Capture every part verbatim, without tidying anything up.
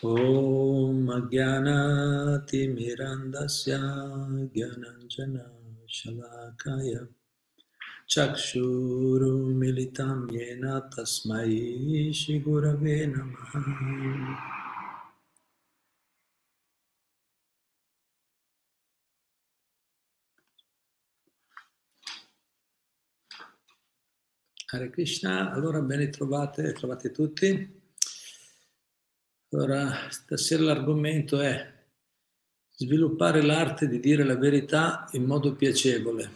Om Agyanati Mirandasya Gyananjana Shalakaya Chakshuru Militam Yena Tasmai Shri Gurave Namaha. Hare Krishna, allora ben ritrovate, trovate tutti. Allora, stasera l'argomento è sviluppare l'arte di dire la verità in modo piacevole.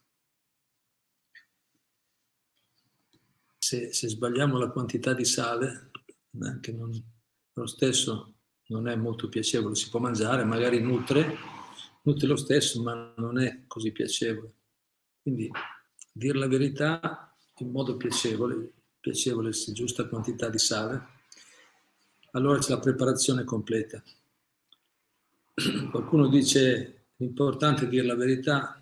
Se, se sbagliamo la quantità di sale, anche non, lo stesso non è molto piacevole, si può mangiare, magari nutre, nutre lo stesso, ma non è così piacevole. Quindi dire la verità in modo piacevole, piacevole se giusta quantità di sale, allora c'è la preparazione completa. Qualcuno dice l'importante è dire la verità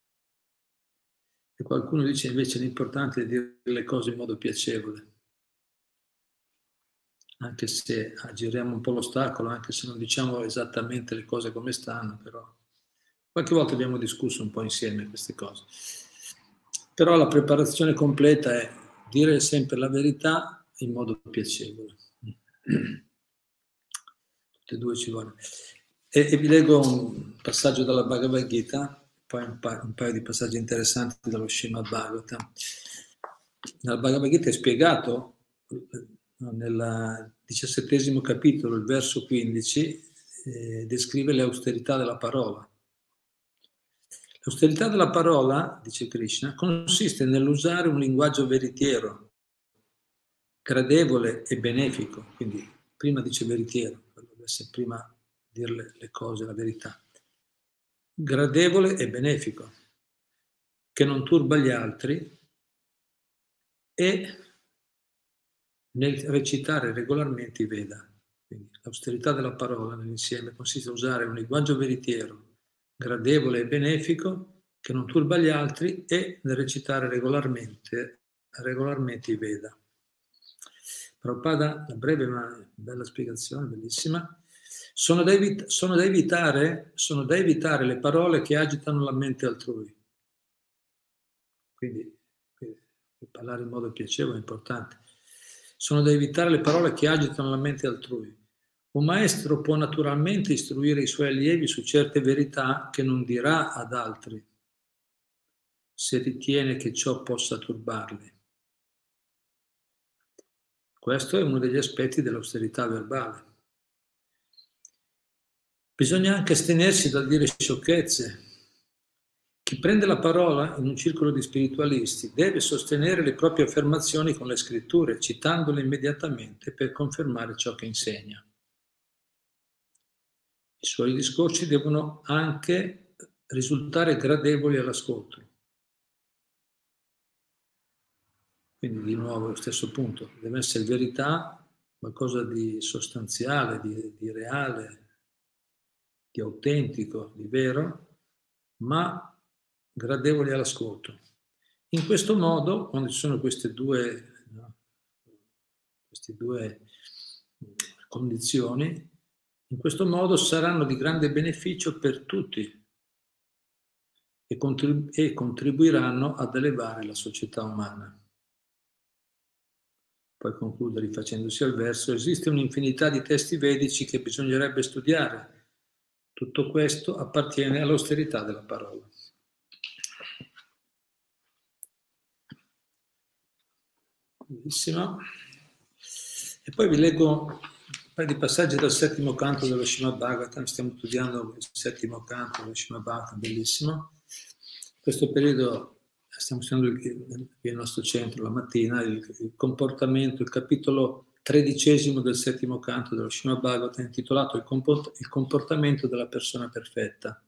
e qualcuno dice invece l'importante è dire le cose in modo piacevole. Anche se aggiriamo un po' l'ostacolo, anche se non diciamo esattamente le cose come stanno, però qualche volta abbiamo discusso un po' insieme queste cose. Però la preparazione completa è dire sempre la verità in modo piacevole. Tutte e due ci vuole. E, e vi leggo un passaggio dalla Bhagavad Gita, poi un, pa- un paio di passaggi interessanti dallo Srimad Bhagavatam. Nella Bhagavad Gita è spiegato, nel diciassettesimo capitolo, il verso quindici, eh, descrive le austerità della parola. L'austerità della parola, dice Krishna, consiste nell'usare un linguaggio veritiero, gradevole e benefico. Quindi prima dice veritiero, dovrebbe essere prima dire le, le cose, la verità. Gradevole e benefico, che non turba gli altri, e nel recitare regolarmente i Veda. Quindi l'austerità della parola nell'insieme consiste a usare un linguaggio veritiero, gradevole e benefico, che non turba gli altri, e nel recitare regolarmente, regolarmente i Veda. Prabhupada, una breve ma bella spiegazione, bellissima. Sono da, evit- sono da evitare, sono da evitare le parole che agitano la mente altrui. Quindi, quindi parlare in modo piacevole è importante. Sono da evitare le parole che agitano la mente altrui. Un maestro può naturalmente istruire i suoi allievi su certe verità che non dirà ad altri, se ritiene che ciò possa turbarli. Questo è uno degli aspetti dell'austerità verbale. Bisogna anche astenersi dal dire sciocchezze. Chi prende la parola in un circolo di spiritualisti deve sostenere le proprie affermazioni con le scritture, citandole immediatamente per confermare ciò che insegna. I suoi discorsi devono anche risultare gradevoli all'ascolto. Quindi di nuovo lo stesso punto, deve essere verità, qualcosa di sostanziale, di, di reale, di autentico, di vero, ma gradevoli all'ascolto. In questo modo, quando ci sono queste due, no, queste due condizioni, in questo modo saranno di grande beneficio per tutti e, contribu- e contribuiranno ad elevare la società umana. Poi conclude rifacendosi al verso: esiste un'infinità di testi vedici che bisognerebbe studiare. Tutto questo appartiene all'austerità della parola. Benissimo. E poi vi leggo un paio di passaggi dal settimo canto dello Srimad Bhagavatam. Stiamo studiando il settimo canto dello Srimad Bhagavatam, bellissimo. In questo periodo stiamo studiando il, il nostro centro la mattina, il, il comportamento, il capitolo tredicesimo del settimo canto dello Srimad Bhagavatam, intitolato il, comport- il comportamento della persona perfetta.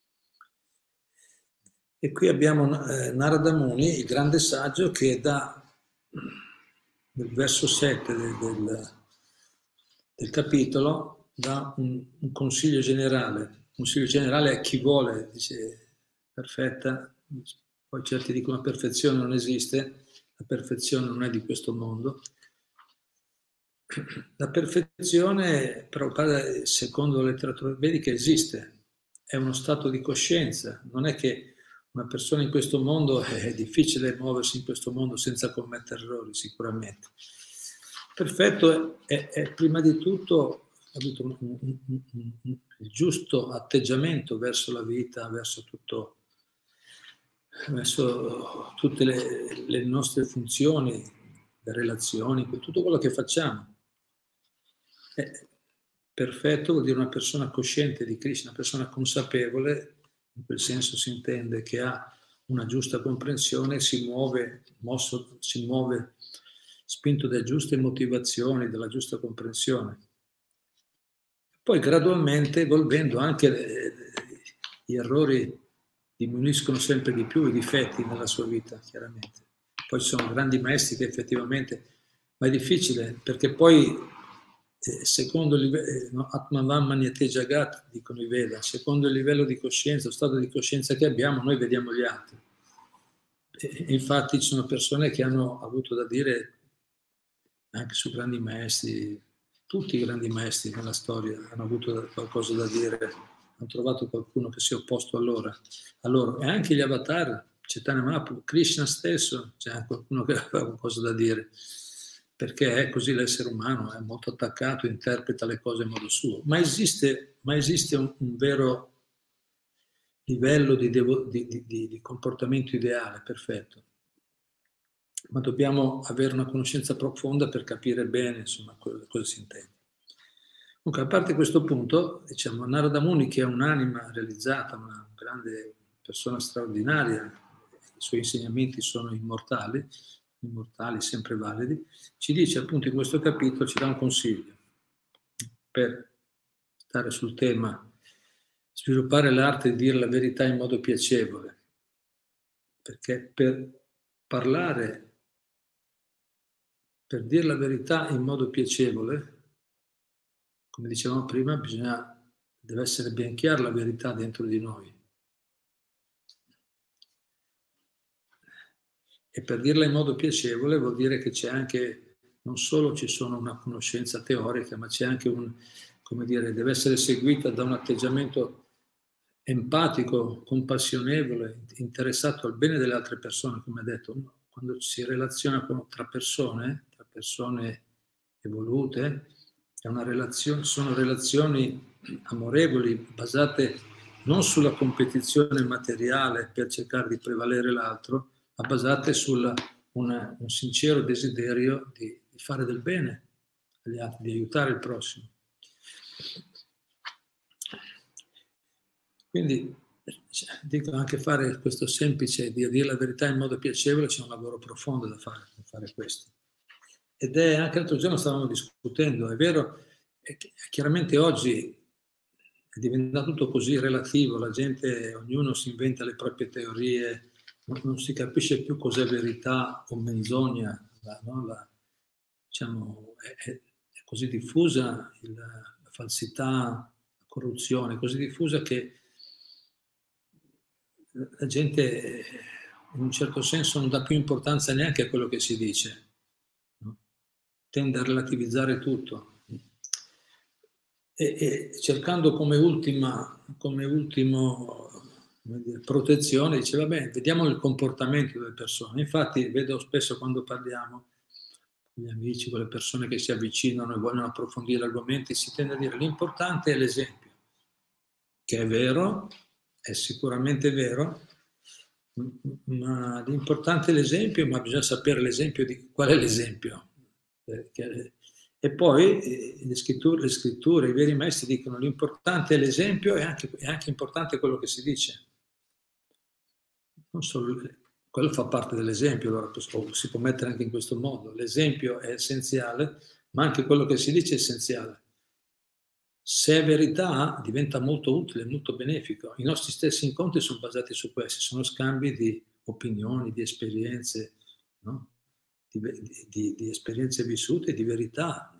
E qui abbiamo eh, Narada Muni, il grande saggio, che dà nel verso sette del, del, del capitolo dà un, un consiglio generale. Un consiglio generale a chi vuole, dice, perfetta. Poi certi dicono perfezione non esiste, la perfezione non è di questo mondo. la perfezione, Prabhupada, secondo la letteratura vedica, esiste, è uno stato di coscienza, non è che una persona in questo mondo è difficile muoversi in questo mondo senza commettere errori, sicuramente. Perfetto è, è, è prima di tutto avuto un, un, un, un, il giusto atteggiamento verso la vita, verso tutto, verso tutte le, le nostre funzioni, le relazioni, tutto quello che facciamo. È perfetto vuol dire una persona cosciente di Krishna, una persona consapevole, in quel senso si intende che ha una giusta comprensione, si muove, mosso, si muove spinto dalle giuste motivazioni, dalla giusta comprensione. Poi gradualmente, evolvendo, anche gli errori diminuiscono sempre di più, i difetti nella sua vita, chiaramente. Poi ci sono grandi maestri che effettivamente, ma è difficile, perché poi eh, secondo il livello, no, Atmavam Manyate Jagat, dicono i Veda, secondo il livello di coscienza, lo stato di coscienza che abbiamo, noi vediamo gli altri. E, infatti ci sono persone che hanno avuto da dire anche su grandi maestri, tutti i grandi maestri nella storia hanno avuto qualcosa da dire, hanno trovato qualcuno che si è opposto a loro, a loro. E anche gli avatar, Chaitanya Mahaprabhu, Krishna stesso, c'è anche qualcuno che aveva qualcosa da dire, perché è così l'essere umano, è molto attaccato, interpreta le cose in modo suo. Ma esiste, ma esiste un, un vero livello di, devo, di, di, di comportamento ideale, perfetto. Ma dobbiamo avere una conoscenza profonda per capire bene, insomma, cosa, cosa si intende. Comunque, a parte questo punto, diciamo, Narada Muni, che è un'anima realizzata, una grande persona straordinaria, i suoi insegnamenti sono immortali, immortali, sempre validi, ci dice appunto in questo capitolo, ci dà un consiglio per stare sul tema, sviluppare l'arte di dire la verità in modo piacevole, perché per parlare Per dire la verità in modo piacevole, come dicevamo prima, bisogna, deve essere ben chiara la verità dentro di noi. E per dirla in modo piacevole vuol dire che c'è anche, non solo ci sono una conoscenza teorica, ma c'è anche un, come dire, deve essere seguita da un atteggiamento empatico, compassionevole, interessato al bene delle altre persone, come ha detto. Quando si relaziona con, tra persone, tra persone evolute, è una relazione, sono relazioni amorevoli, basate non sulla competizione materiale per cercare di prevalere l'altro, ma basate su un sincero desiderio di, di fare del bene agli altri, di aiutare il prossimo. Quindi dico, anche fare questo semplice di dire la verità in modo piacevole, c'è un lavoro profondo da fare per fare questo. Ed è anche l'altro giorno stavamo discutendo, è vero, è che, chiaramente oggi è diventato tutto così relativo, la gente, ognuno si inventa le proprie teorie, non, non si capisce più cos'è verità o menzogna, la, no? la, diciamo, è, è, è così diffusa il, la falsità, la corruzione, è così diffusa che la gente in un certo senso non dà più importanza neanche a quello che si dice, no? Tende a relativizzare tutto e, e cercando come ultima, come ultimo come dire, protezione, dice vabbè, vediamo il comportamento delle persone. Infatti vedo spesso quando parliamo con gli amici, con le persone che si avvicinano e vogliono approfondire argomenti, si tende a dire l'importante è l'esempio, che è vero, è sicuramente vero, ma l'importante è l'esempio, ma bisogna sapere l'esempio di qual è l'esempio. Perché, e poi eh, le, scritture, le scritture, i veri maestri dicono l'importante è l'esempio e anche, è anche importante quello che si dice. Non solo, quello fa parte dell'esempio, allora si può mettere anche in questo modo. L'esempio è essenziale, ma anche quello che si dice è essenziale. Se è verità diventa molto utile, molto benefico. I nostri stessi incontri sono basati su questi, sono scambi di opinioni, di esperienze, no? di, di, di esperienze vissute, di verità,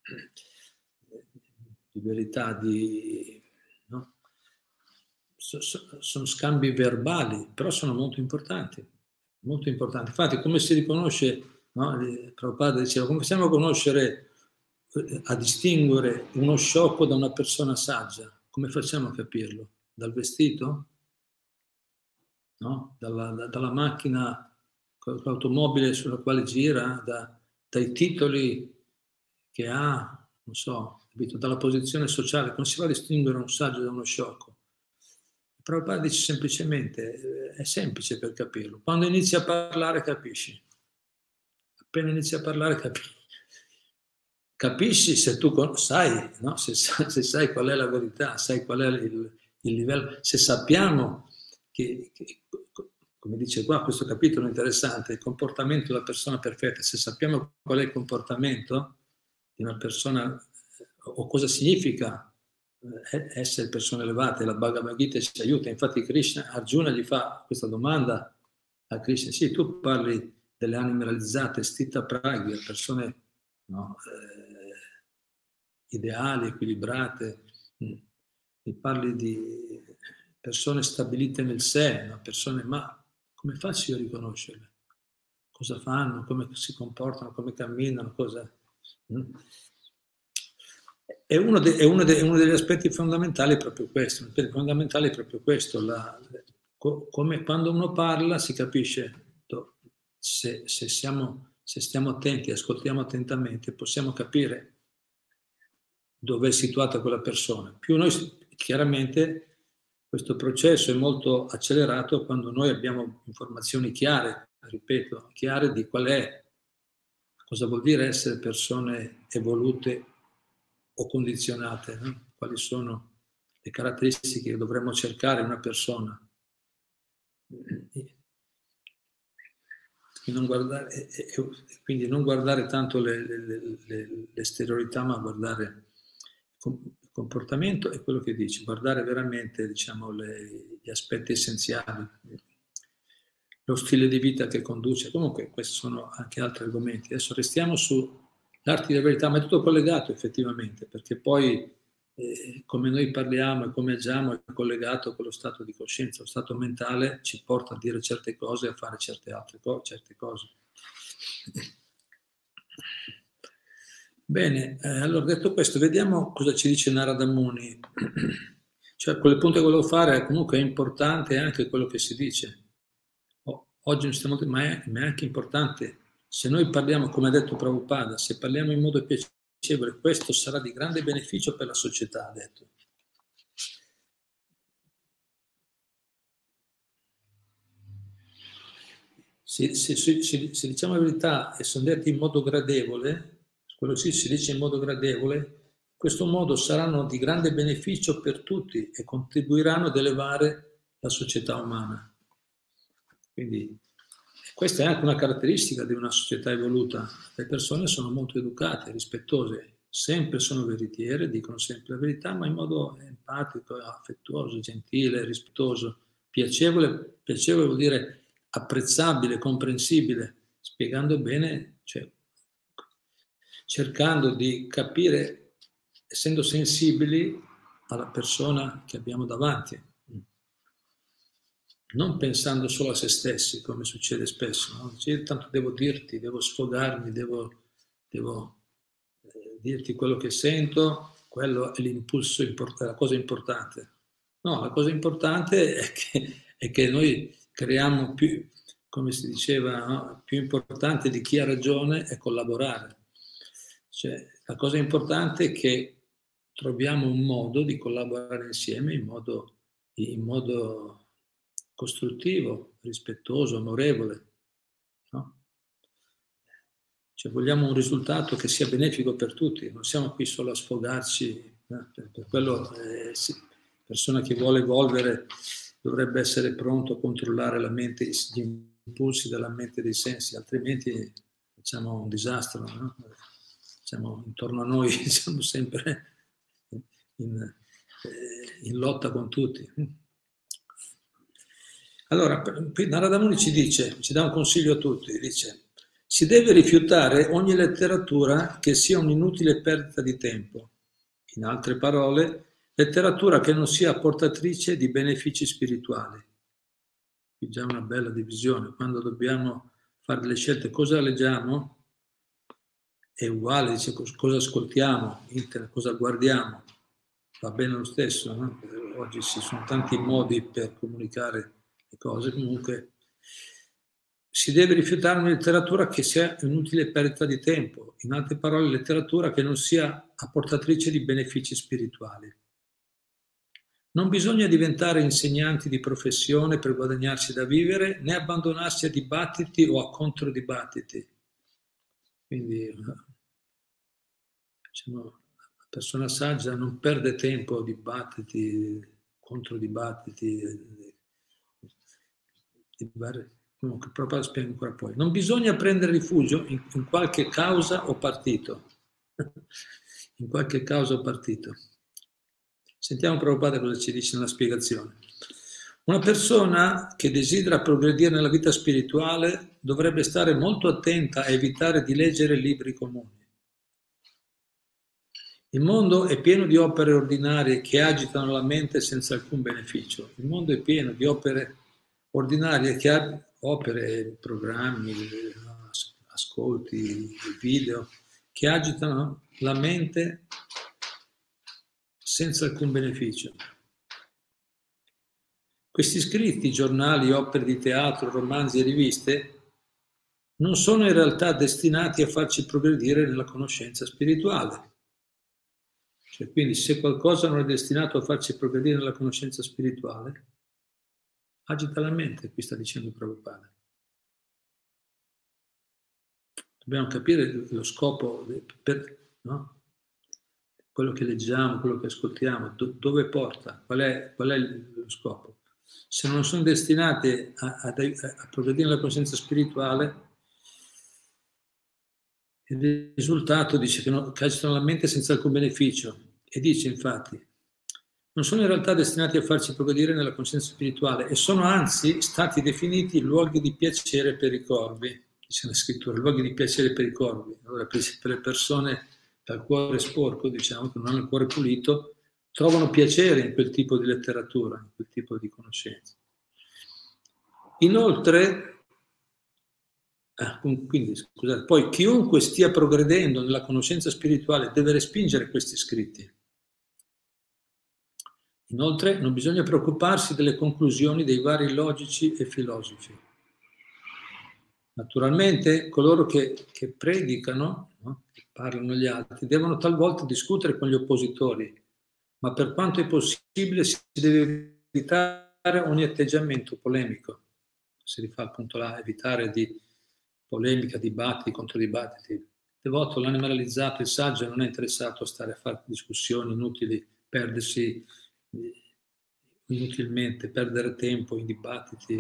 di verità, di, no? so, so, sono scambi verbali, però sono molto importanti, molto importanti. Infatti come si riconosce, no? Prabhupada diceva, come possiamo conoscere a distinguere uno sciocco da una persona saggia. Come facciamo a capirlo? Dal vestito? No? Dalla, da, dalla macchina, l'automobile sulla quale gira, da, dai titoli che ha, non so, dalla posizione sociale. Come si va a distinguere un saggio da uno sciocco? Prabhupada dice semplicemente, è semplice per capirlo. Quando inizi a parlare capisci. Appena inizi a parlare capisci. Capisci se tu sai, no? se, se sai qual è la verità, sai qual è il, il livello, se sappiamo che, che, come dice qua, questo capitolo interessante, il comportamento della persona perfetta, se sappiamo qual è il comportamento di una persona o cosa significa essere persone elevate, la Bhagavad Gita ci aiuta. Infatti Krishna, Arjuna gli fa questa domanda a Krishna: sì, tu parli delle anime realizzate, stita pragya, persone, no, eh, ideali, equilibrate, mi parli di persone stabilite nel sé, no? Persone, ma come faccio io a riconoscerle? Cosa fanno, come si comportano, come camminano, cosa... È uno, de, è, uno de, è uno degli aspetti fondamentali proprio questo, fondamentale è proprio questo, la, co, come quando uno parla si capisce, se, se, siamo, se stiamo attenti, ascoltiamo attentamente, possiamo capire dove è situata quella persona. Più noi, chiaramente, questo processo è molto accelerato quando noi abbiamo informazioni chiare, ripeto, chiare di qual è, cosa vuol dire essere persone evolute o condizionate, no? Quali sono le caratteristiche che dovremmo cercare in una persona. E non guardare, e, e, quindi non guardare tanto le, le, le, le esteriorità, ma guardare il comportamento e quello che dice, guardare veramente, diciamo, le, gli aspetti essenziali, lo stile di vita che conduce. Comunque questi sono anche altri argomenti. Adesso restiamo su l'arte della verità, ma è tutto collegato effettivamente, perché poi eh, come noi parliamo e come agiamo è collegato con lo stato di coscienza. Lo stato mentale ci porta a dire certe cose e a fare certe altre co- certe cose. Bene, eh, allora detto questo, vediamo cosa ci dice Narada Muni. Cioè, quel punto che volevo fare comunque è importante anche quello che si dice. Oh, oggi non stiamo, ma è, ma è anche importante. Se noi parliamo, come ha detto Prabhupada, se parliamo in modo piacevole, questo sarà di grande beneficio per la società, ha detto. Se, se, se, se diciamo la verità e sono detti in modo gradevole, quello sì si dice in modo gradevole, in questo modo saranno di grande beneficio per tutti e contribuiranno ad elevare la società umana. Quindi questa è anche una caratteristica di una società evoluta. Le persone sono molto educate, rispettose, sempre sono veritiere, dicono sempre la verità, ma in modo empatico, affettuoso, gentile, rispettoso, piacevole. Piacevole vuol dire apprezzabile, comprensibile, spiegando bene, cioè, cercando di capire, essendo sensibili alla persona che abbiamo davanti. Non pensando solo a se stessi, come succede spesso, no? Cioè, tanto devo dirti, devo sfogarmi, devo, devo eh, dirti quello che sento, quello è l'impulso, è la cosa importante. No, la cosa importante è che, è che noi creiamo più, come si diceva, no? Più importante di chi ha ragione è collaborare. Cioè, la cosa importante è che troviamo un modo di collaborare insieme in modo, in modo costruttivo, rispettoso, amorevole. No? Cioè, vogliamo un risultato che sia benefico per tutti, non siamo qui solo a sfogarci. No? Per quello, eh, sì, persona che vuole evolvere dovrebbe essere pronto a controllare la mente, gli impulsi della mente e dei sensi, altrimenti facciamo un disastro. No? Diciamo, intorno a noi siamo sempre in, eh, in lotta con tutti. Allora, qui Narada Muni ci dice, ci dà un consiglio a tutti, dice: si deve rifiutare ogni letteratura che sia un'inutile perdita di tempo. In altre parole, letteratura che non sia portatrice di benefici spirituali. Qui già una bella divisione. Quando dobbiamo fare delle scelte, cosa leggiamo? è uguale, dice cosa ascoltiamo, internet, cosa guardiamo, va bene lo stesso, no? Oggi ci sono tanti modi per comunicare le cose, comunque si deve rifiutare una letteratura che sia inutile perdita di tempo, in altre parole letteratura che non sia apportatrice di benefici spirituali. Non bisogna diventare insegnanti di professione per guadagnarsi da vivere, né abbandonarsi a dibattiti o a controdibattiti. Quindi, diciamo, la persona saggia non perde tempo a dibattiti, controdibattiti, di vari... Comunque, proprio la spiego ancora poi. Non bisogna prendere rifugio in, in qualche causa o partito. In qualche causa o partito. Sentiamo Prabhupada cosa ci dice nella spiegazione. Una persona che desidera progredire nella vita spirituale dovrebbe stare molto attenta a evitare di leggere libri comuni. Il mondo è pieno di opere ordinarie che agitano la mente senza alcun beneficio. Il mondo è pieno di opere ordinarie che hanno opere, programmi, ascolti, video, che agitano la mente senza alcun beneficio. Questi scritti, giornali, opere di teatro, romanzi e riviste non sono in realtà destinati a farci progredire nella conoscenza spirituale. Cioè, quindi se qualcosa non è destinato a farci progredire nella conoscenza spirituale, agita la mente, qui sta dicendo Prabhupada. Dobbiamo capire lo scopo, per, no? Quello che leggiamo, quello che ascoltiamo, do, dove porta, qual è, qual è lo scopo. Se non sono destinate a, a, a progredire nella conoscenza spirituale, il risultato dice che, non, che agitano la mente senza alcun beneficio. E dice infatti, non sono in realtà destinati a farci progredire nella conoscenza spirituale e sono anzi stati definiti luoghi di piacere per i corvi, dice la scrittura, luoghi di piacere per i corvi. Allora per, per le persone dal cuore sporco, diciamo, che non hanno il cuore pulito, trovano piacere in quel tipo di letteratura, in quel tipo di conoscenza. Inoltre, ah, quindi, scusate, poi chiunque stia progredendo nella conoscenza spirituale deve respingere questi scritti. Inoltre non bisogna preoccuparsi delle conclusioni dei vari logici e filosofi. Naturalmente coloro che, che predicano, no? Che parlano agli altri, devono talvolta discutere con gli oppositori, ma per quanto è possibile si deve evitare ogni atteggiamento polemico. Si rifà appunto là, evitare di polemica, dibattiti, controdibattiti. Il devoto, l'anima realizzato, il saggio non è interessato a stare a fare discussioni inutili, perdersi inutilmente, perdere tempo in dibattiti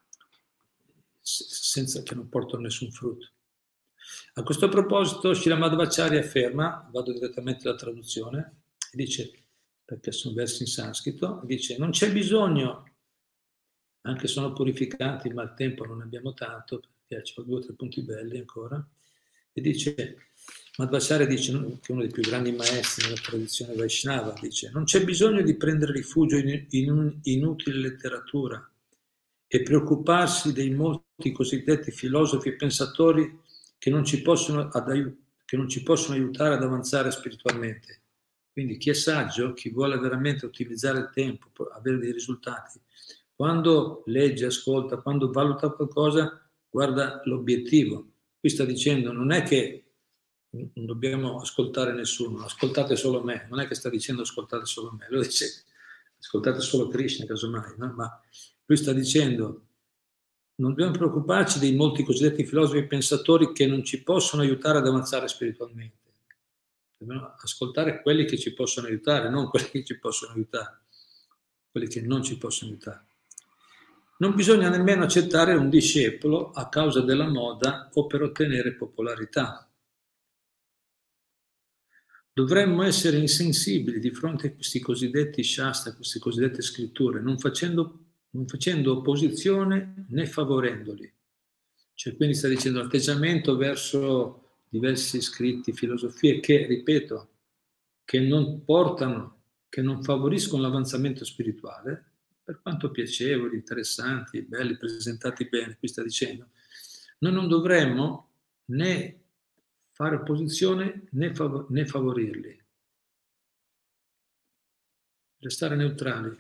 senza che non portano nessun frutto. A questo proposito Srila Madhvacharya afferma, vado direttamente alla traduzione, dice, perché sono versi in sanscrito, dice non c'è bisogno, anche sono purificanti, ma il tempo non ne abbiamo tanto, perché c'ho due o tre punti belli ancora, e dice, Madhvacharya dice, che è uno dei più grandi maestri nella tradizione Vaishnava, dice, non c'è bisogno di prendere rifugio in, in un'inutile letteratura e preoccuparsi dei molti cosiddetti filosofi e pensatori che non ci possono, ad, che non ci possono aiutare ad avanzare spiritualmente. Quindi chi è saggio, chi vuole veramente ottimizzare il tempo, avere dei risultati, quando legge, ascolta, quando valuta qualcosa, guarda l'obiettivo. Qui sta dicendo, non è che non dobbiamo ascoltare nessuno, ascoltate solo me, non è che sta dicendo ascoltate solo me, lui dice ascoltate solo Krishna, casomai, no? Ma lui sta dicendo non dobbiamo preoccuparci dei molti cosiddetti filosofi e pensatori che non ci possono aiutare ad avanzare spiritualmente. Dobbiamo ascoltare quelli che ci possono aiutare, non quelli che ci possono aiutare, quelli che non ci possono aiutare. Non bisogna nemmeno accettare un discepolo a causa della moda o per ottenere popolarità. Dovremmo essere insensibili di fronte a questi cosiddetti shastra, a queste cosiddette scritture, non facendo, non facendo opposizione né favorendoli. Cioè, quindi sta dicendo atteggiamento verso diversi scritti, filosofie che, ripeto, che non portano, che non favoriscono l'avanzamento spirituale, per quanto piacevoli, interessanti, belli, presentati bene, qui sta dicendo, noi non dovremmo né fare opposizione né, fav- né favorirli, restare neutrali.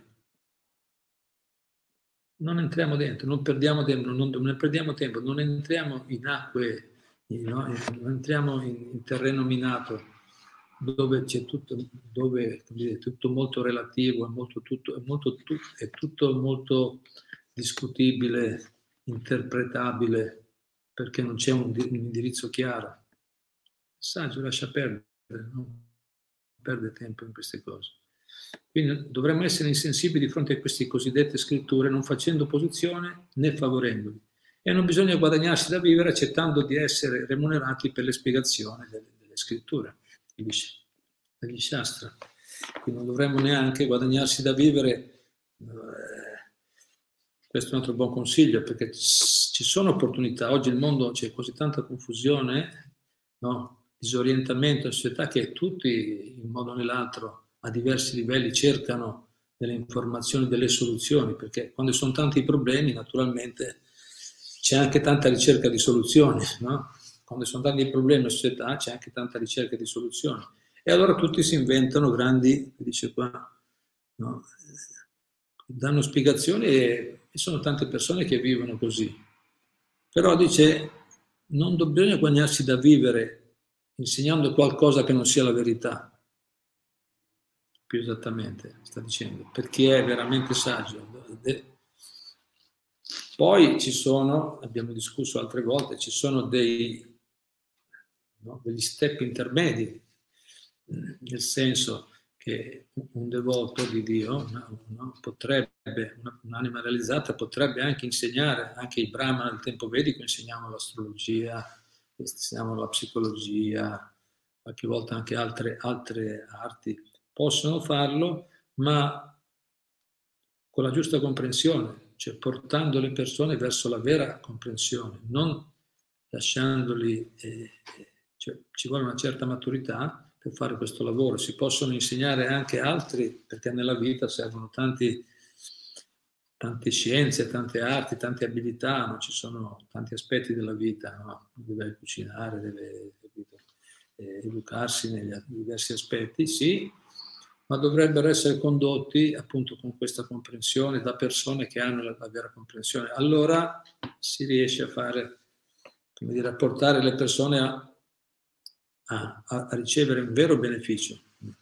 Non entriamo dentro, non perdiamo tempo, non, non perdiamo tempo, non entriamo in acque, no? Non entriamo in, in terreno minato dove c'è tutto, dove dire, tutto molto relativo, è, molto tutto, è, molto, è tutto molto discutibile, interpretabile, perché non c'è un, un indirizzo chiaro. Il saggio lascia perdere, non perde tempo in queste cose. Quindi dovremmo essere insensibili di fronte a queste cosiddette scritture, non facendo opposizione né favorendoli. E non bisogna guadagnarsi da vivere accettando di essere remunerati per le spiegazioni delle, delle scritture, degli shastra. Quindi non dovremmo neanche guadagnarsi da vivere. Eh, questo è un altro buon consiglio, perché ci sono opportunità. Oggi il mondo c'è così tanta confusione, no? Disorientamento in società, che tutti, in modo o nell'altro, a diversi livelli cercano delle informazioni, delle soluzioni, perché quando sono tanti i problemi, naturalmente c'è anche tanta ricerca di soluzioni, no? Quando sono tanti i problemi in società c'è anche tanta ricerca di soluzioni. E allora tutti si inventano grandi, dice qua, no? Danno spiegazioni e, e sono tante persone che vivono così. Però dice, non bisogna guadagnarsi da vivere insegnando qualcosa che non sia la verità. Più esattamente, sta dicendo, per chi è veramente saggio. Poi ci sono, abbiamo discusso altre volte, ci sono dei, no, degli step intermedi, nel senso che un devoto di Dio, no, potrebbe, un'anima realizzata potrebbe anche insegnare, anche i brahmana del tempo vedico insegnavano l'astrologia, insegnavano la psicologia, qualche volta anche altre, altre arti, possono farlo, ma con la giusta comprensione, cioè portando le persone verso la vera comprensione, non lasciandoli, eh, cioè, ci vuole una certa maturità per fare questo lavoro. Si possono insegnare anche altri, perché nella vita servono tanti, tante scienze, tante arti, tante abilità, no? Ci sono tanti aspetti della vita, no? Deve cucinare, deve eh, educarsi negli diversi aspetti, sì, ma dovrebbero essere condotti appunto con questa comprensione da persone che hanno la, la vera comprensione. Allora si riesce a fare, come dire, a portare le persone a, a, a ricevere un vero beneficio.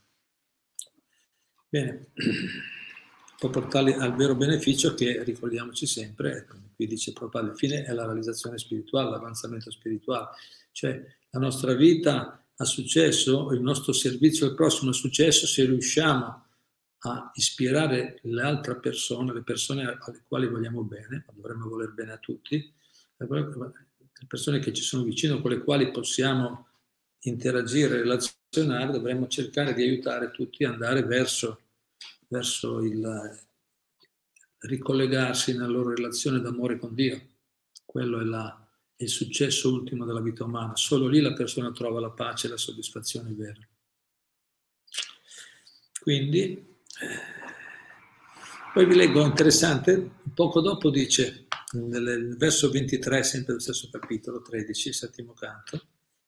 Bene, può portarli al vero beneficio che, ricordiamoci sempre, qui dice proprio alla fine, è la realizzazione spirituale, l'avanzamento spirituale. Cioè la nostra vita ha successo, il nostro servizio al prossimo ha successo se riusciamo a ispirare l'altra persona, le persone alle quali vogliamo bene, ma dovremmo voler bene a tutti, le persone che ci sono vicino, con le quali possiamo interagire, relazionare, dovremmo cercare di aiutare tutti ad andare verso, verso il ricollegarsi nella loro relazione d'amore con Dio. Quello è la il successo ultimo della vita umana. Solo lì la persona trova la pace e la soddisfazione vera. Quindi, poi vi leggo, interessante, poco dopo dice, nel verso ventitré, sempre dello stesso capitolo, tredici, settimo canto,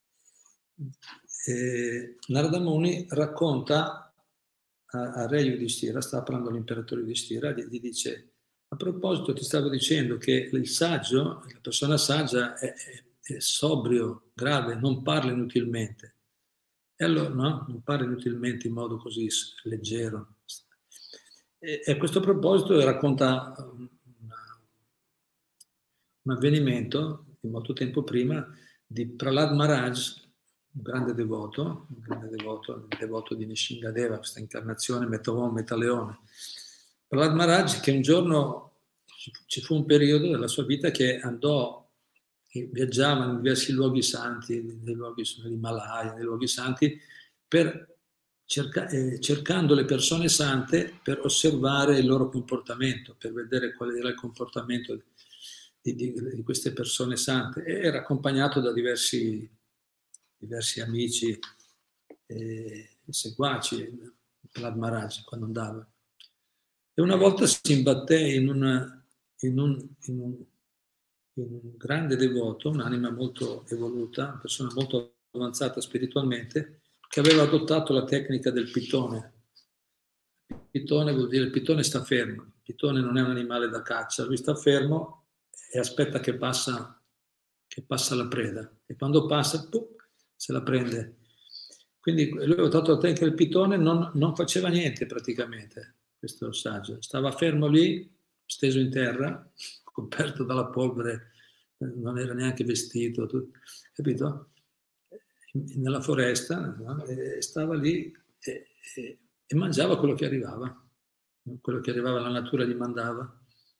eh, Narada Muni racconta a, a Re Yudhishthira, sta parlando all'imperatore Yudhishthira, gli, gli dice, a proposito ti stavo dicendo che il saggio, la persona saggia è, è, è sobrio, grave, non parla inutilmente. E allora no, non parla inutilmente in modo così leggero. E, e a questo proposito racconta una, un avvenimento di molto tempo prima di Prahlad Maharaj, un grande devoto, un grande devoto, il devoto di Nishingadeva, questa incarnazione metà uomo, metà leone. Prahlad Maharaj che un giorno ci fu un periodo della sua vita che andò, che viaggiava in diversi luoghi santi, nei luoghi dell'Himalaya, nei luoghi santi, per cerca, eh, cercando le persone sante per osservare il loro comportamento, per vedere qual era il comportamento di, di, di queste persone sante. E era accompagnato da diversi, diversi amici e seguaci, Prahlad Maharaj, quando andava. E una volta si imbatté in, una, in, un, in, un, in un grande devoto, un'anima molto evoluta, una persona molto avanzata spiritualmente, che aveva adottato la tecnica del pitone. Il pitone vuol dire il pitone sta fermo, il pitone non è un animale da caccia, lui sta fermo e aspetta che passa, che passa la preda, e quando passa, pum, se la prende. Quindi lui aveva adottato la tecnica del pitone, non, non faceva niente praticamente, questo saggio, stava fermo lì, steso in terra, coperto dalla polvere, non era neanche vestito, tutto, capito? Nella foresta, no? E stava lì e, e, e mangiava quello che arrivava, quello che arrivava la natura gli mandava.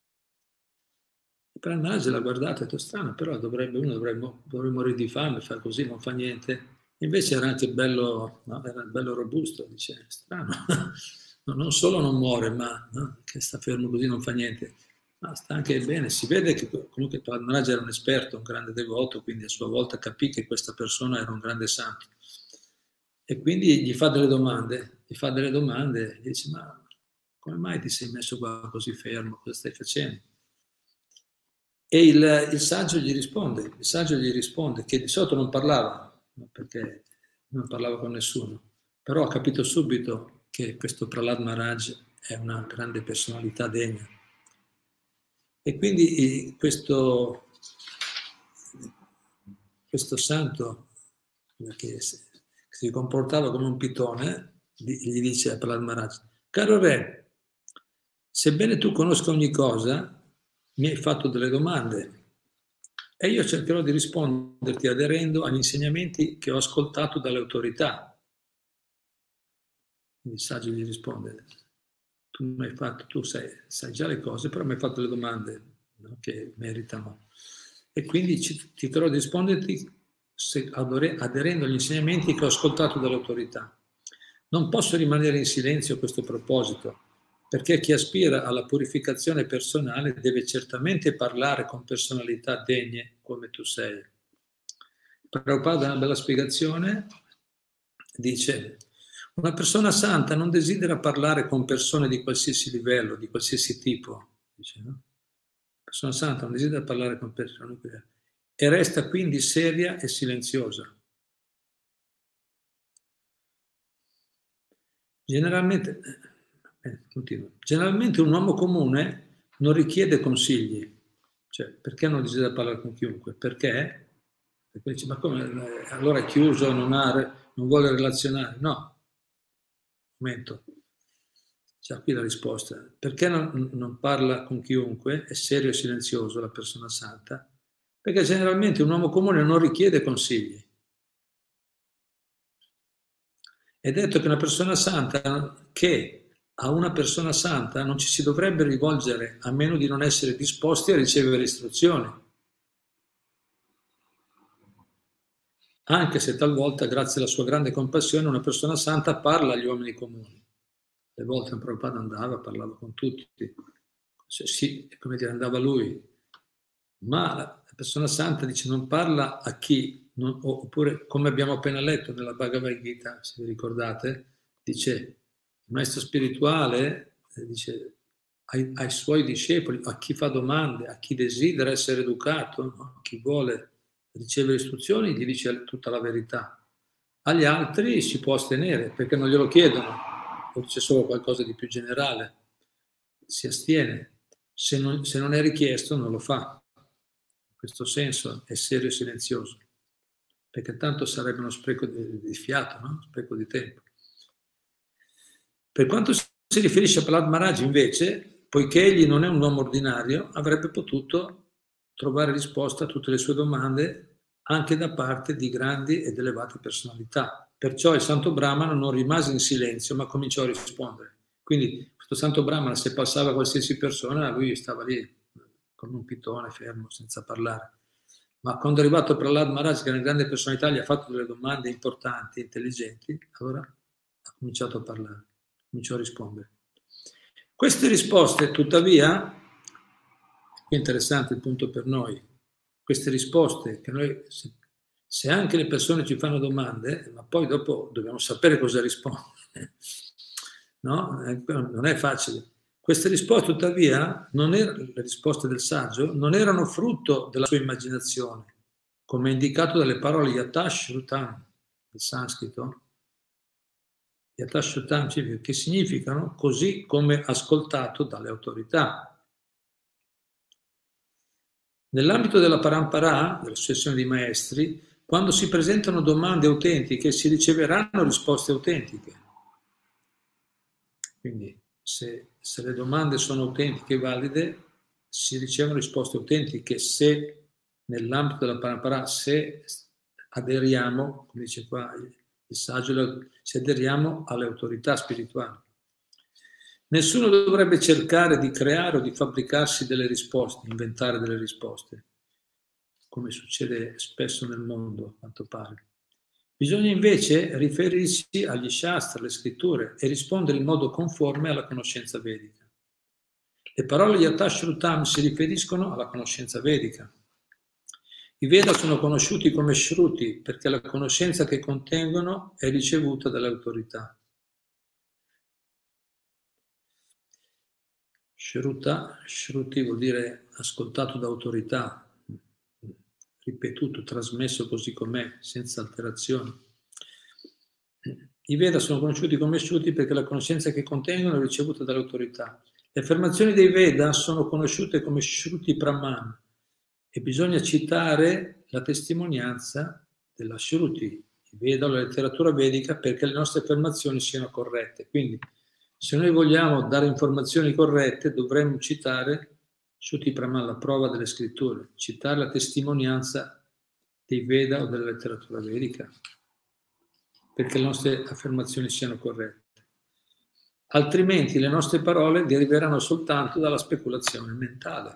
E per Anase l'ha guardato e ha detto strano, però dovrebbe, uno dovrebbe, dovrebbe morire di fame, fa così, non fa niente. Invece era anche bello, no? Era bello robusto, dice, strano, non solo non muore, ma no? Che sta fermo così, non fa niente. Ma sta anche bene, si vede che comunque Prahlad Maharaj era un esperto, un grande devoto, quindi a sua volta capì che questa persona era un grande santo. E quindi gli fa delle domande, gli fa delle domande, gli dice, ma come mai ti sei messo qua così fermo, cosa stai facendo? E il, il saggio gli risponde, il saggio gli risponde che di solito non parlava, perché non parlava con nessuno, però ha capito subito che questo Prahlad Maharaj è una grande personalità degna. E quindi questo, questo santo che si comportava come un pitone gli dice a Prahlad Maharaj, caro re, sebbene tu conosca ogni cosa, mi hai fatto delle domande e io cercherò di risponderti aderendo agli insegnamenti che ho ascoltato dalle autorità. Quindi il saggio gli risponde, tu mi hai fatto, tu sai, sai già le cose, però mi hai fatto le domande, no, che meritano. E quindi ci, ti terrò di risponderti se, aderendo agli insegnamenti che ho ascoltato dalle autorità. Non posso rimanere in silenzio a questo proposito, perché chi aspira alla purificazione personale deve certamente parlare con personalità degne come tu sei. Prabhupada, una bella spiegazione, dice: una persona santa non desidera parlare con persone di qualsiasi livello, di qualsiasi tipo. Dice, no? Una persona santa non desidera parlare con persone e resta quindi seria e silenziosa. Generalmente, eh, continuo. Generalmente un uomo comune non richiede consigli. Cioè, perché non desidera parlare con chiunque? Perché? Perché dice, ma come? Allora è chiuso, non, ha, non vuole relazionare? No. Momento. C'è qui la risposta. Perché non, non parla con chiunque? È serio e silenzioso la persona santa? Perché generalmente un uomo comune non richiede consigli. È detto che una persona santa, che a una persona santa non ci si dovrebbe rivolgere a meno di non essere disposti a ricevere istruzioni. Anche se talvolta, grazie alla sua grande compassione, una persona santa parla agli uomini comuni. Le volte un Prabhupada andava, parlava con tutti, sì, come dire, andava lui, ma la persona santa dice non parla a chi, non, oppure come abbiamo appena letto nella Bhagavad Gita, se vi ricordate, dice il maestro spirituale eh, dice ai, ai suoi discepoli, a chi fa domande, a chi desidera essere educato, no? A chi vuole ricevere istruzioni, gli dice tutta la verità. Agli altri si può astenere perché non glielo chiedono, o dice solo qualcosa di più generale, si astiene. Se non, se non è richiesto non lo fa. In questo senso è serio e silenzioso, perché tanto sarebbe uno spreco di, di fiato, no? Spreco di tempo. Per quanto si riferisce a Prahlad Maharaj invece, poiché egli non è un uomo ordinario, avrebbe potuto trovare risposta a tutte le sue domande anche da parte di grandi ed elevate personalità. Perciò il santo Brahmana non rimase in silenzio, ma cominciò a rispondere. Quindi questo santo Brahmana, se passava qualsiasi persona, lui stava lì come un pitone, fermo, senza parlare. Ma quando è arrivato Prahlad Maharaj, che è una grande personalità, gli ha fatto delle domande importanti, intelligenti, allora ha cominciato a parlare, cominciò a rispondere. Queste risposte, tuttavia, qui è interessante il punto per noi, queste risposte che noi, se anche le persone ci fanno domande, ma poi dopo dobbiamo sapere cosa rispondere, no? Non è facile. Queste risposte, tuttavia, non erano, le risposte del saggio, non erano frutto della sua immaginazione, come indicato dalle parole Yatashrutam, del sanscrito, Yatashrutam, che significano così come ascoltato dalle autorità. Nell'ambito della parampara, della successione di maestri, quando si presentano domande autentiche si riceveranno risposte autentiche. Quindi se, se le domande sono autentiche e valide, si ricevono risposte autentiche. Se nell'ambito della parampara, se aderiamo, come dice qua il saggio, se aderiamo alle autorità spirituali. Nessuno dovrebbe cercare di creare o di fabbricarsi delle risposte, inventare delle risposte, come succede spesso nel mondo, a quanto pare. Bisogna invece riferirsi agli shastra, alle scritture, e rispondere in modo conforme alla conoscenza vedica. Le parole Yatashrutam si riferiscono alla conoscenza vedica. I Veda sono conosciuti come Shruti perché la conoscenza che contengono è ricevuta dalle autorità. Shruta, Shruti vuol dire ascoltato da autorità, ripetuto, trasmesso così com'è, senza alterazioni. I Veda sono conosciuti come Shruti perché la conoscenza che contengono è ricevuta dalle autorità. Le affermazioni dei Veda sono conosciute come Shruti Brahman e bisogna citare la testimonianza della Shruti, i Veda o la letteratura vedica, perché le nostre affermazioni siano corrette. Quindi, se noi vogliamo dare informazioni corrette, dovremmo citare Shruti Brahman, la prova delle scritture, citare la testimonianza dei Veda o della letteratura vedica, perché le nostre affermazioni siano corrette. Altrimenti le nostre parole deriveranno soltanto dalla speculazione mentale.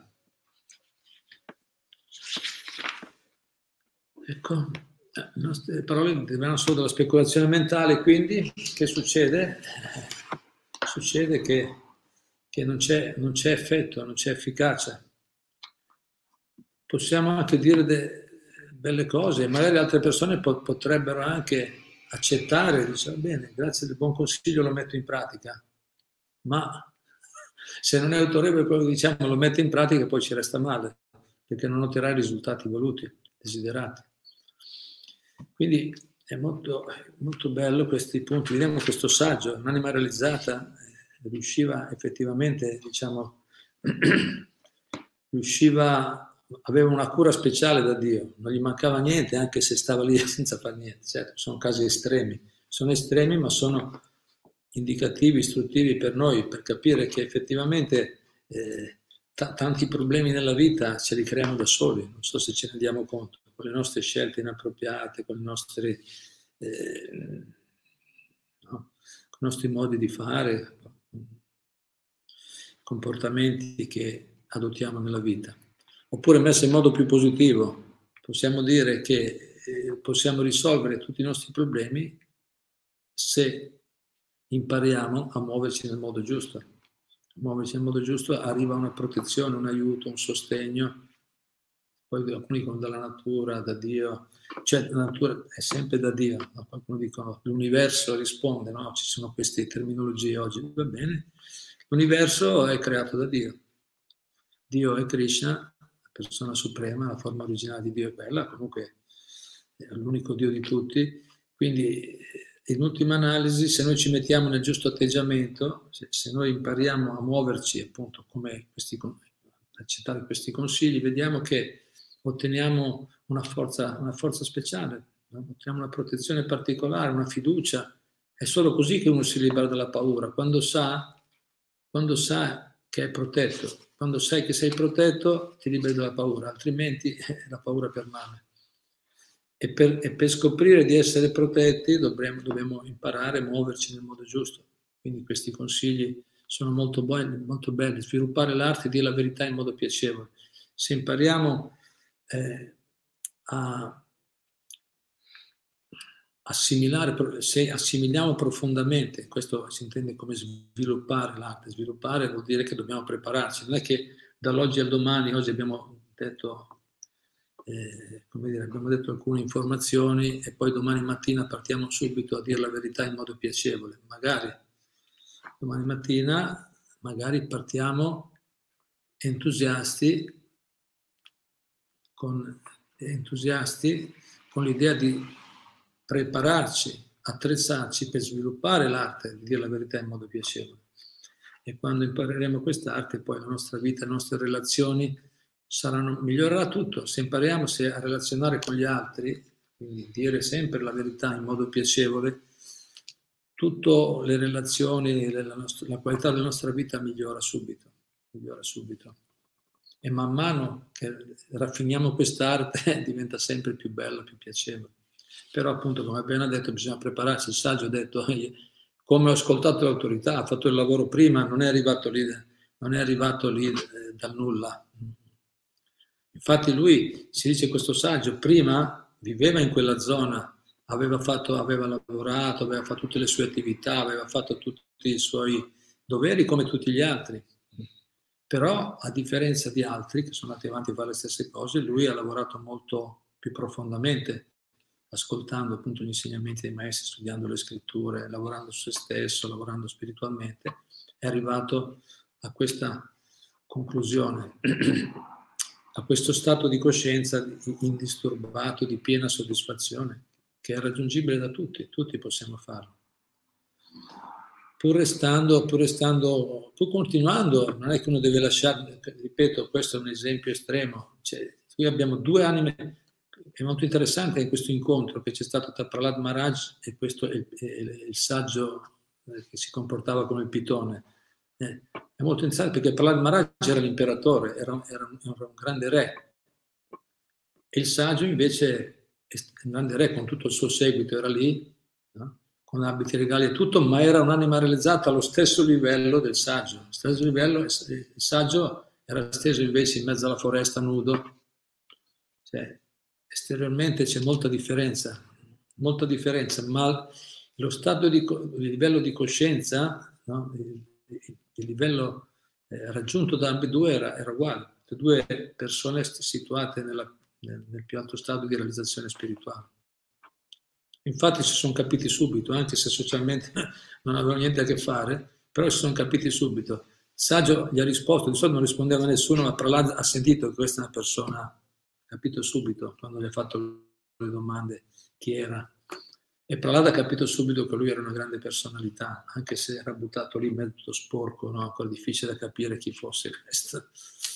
Ecco, le nostre parole deriveranno solo dalla speculazione mentale, quindi che succede? Succede che, che non c'è, non c'è effetto, non c'è efficacia. Possiamo anche dire de, belle cose, magari altre persone po- potrebbero anche accettare, dice, va bene, grazie del buon consiglio lo metto in pratica, ma se non è autorevole quello che diciamo, lo mette in pratica e poi ci resta male, perché non otterrà i risultati voluti, desiderati. Quindi è molto, molto bello questi punti. Vediamo questo saggio, un'anima realizzata, eh, riusciva effettivamente, diciamo, riusciva, aveva una cura speciale da Dio, non gli mancava niente anche se stava lì senza fare niente. Certo, sono casi estremi, sono estremi ma sono indicativi, istruttivi per noi, per capire che effettivamente eh, t- tanti problemi nella vita ce li creiamo da soli, non so se ce ne diamo conto, con le nostre scelte inappropriate, con i nostri, eh, no, con i nostri modi di fare, comportamenti che adottiamo nella vita. Oppure messo in modo più positivo, possiamo dire che eh, possiamo risolvere tutti i nostri problemi se impariamo a muoverci nel modo giusto. Muoverci nel modo giusto arriva una protezione, un aiuto, un sostegno. Poi alcuni dicono dalla natura, da Dio, cioè la natura è sempre da Dio, no? Qualcuno dicono l'universo risponde, no? Ci sono queste terminologie oggi, va bene, l'universo è creato da Dio, Dio è Krishna, la persona suprema, la forma originale di Dio è quella, comunque è l'unico Dio di tutti, quindi in ultima analisi se noi ci mettiamo nel giusto atteggiamento, se, se noi impariamo a muoverci appunto come questi, accettare questi consigli, vediamo che otteniamo una forza, una forza speciale, no? Otteniamo una protezione particolare, una fiducia. È solo così che uno si libera dalla paura, quando sa, quando sa che è protetto. Quando sai che sei protetto ti liberi dalla paura, altrimenti eh, la paura permane. E per, e per scoprire di essere protetti dovremo, dobbiamo imparare a muoverci nel modo giusto. Quindi questi consigli sono molto belli, molto belli. Sviluppare l'arte di dire la verità in modo piacevole. Se impariamo eh, a assimilare, se assimiliamo profondamente, questo si intende come sviluppare l'arte, sviluppare vuol dire che dobbiamo prepararci, non è che dall'oggi al domani, oggi abbiamo detto, eh, come dire, abbiamo detto alcune informazioni e poi domani mattina partiamo subito a dire la verità in modo piacevole, magari domani mattina magari partiamo entusiasti con entusiasti con l'idea di prepararci, attrezzarci per sviluppare l'arte di dire la verità in modo piacevole. E quando impareremo quest'arte, poi la nostra vita, le nostre relazioni saranno, migliorerà tutto. Se impariamo se a relazionare con gli altri, quindi dire sempre la verità in modo piacevole, tutte le relazioni, la, nostra, la qualità della nostra vita migliora subito, migliora subito. E man mano che raffiniamo quest'arte diventa sempre più bella, più piacevole. Però appunto, come appena detto, bisogna prepararsi. Il saggio ha detto, come ho ascoltato l'autorità, ha fatto il lavoro prima, non è arrivato lì, non è arrivato lì eh, dal nulla. Infatti lui, si dice questo saggio, prima viveva in quella zona, aveva, fatto, aveva lavorato, aveva fatto tutte le sue attività, aveva fatto tutti i suoi doveri come tutti gli altri. Però, a differenza di altri che sono andati avanti a fare le stesse cose, lui ha lavorato molto più profondamente, ascoltando appunto gli insegnamenti dei maestri, studiando le scritture, lavorando su se stesso, lavorando spiritualmente, è arrivato a questa conclusione, a questo stato di coscienza indisturbato, di piena soddisfazione, che è raggiungibile da tutti, tutti possiamo farlo. Pur restando, pur restando, pur continuando, non è che uno deve lasciare, ripeto, questo è un esempio estremo, cioè, qui abbiamo due anime, è molto interessante in questo incontro che c'è stato tra Prahlad Maharaj e questo è il, è il saggio che si comportava come il pitone. Eh, è molto interessante perché Prahlad Maharaj era l'imperatore, era, era, un, era un grande re, e il saggio invece è un grande re con tutto il suo seguito, era lì, no? Con abiti regali e tutto, ma era un'anima realizzata allo stesso livello del saggio. Allo stesso livello, il saggio era steso invece in mezzo alla foresta nudo. Cioè, esteriormente c'è molta differenza, molta differenza, ma lo stato di il livello di coscienza, no? il, il, il livello eh, raggiunto da ambedue era, era uguale. Le due persone situate nella, nel, nel più alto stato di realizzazione spirituale. Infatti si sono capiti subito, anche se socialmente non avevano niente a che fare, però si sono capiti subito. Il saggio gli ha risposto, di solito non rispondeva a nessuno, ma Prahlad ha sentito che questa è una persona, ha capito subito quando gli ha fatto le domande chi era. E Prahlad ha capito subito che lui era una grande personalità, anche se era buttato lì mezzo sporco, no? Ancora difficile da capire chi fosse questo.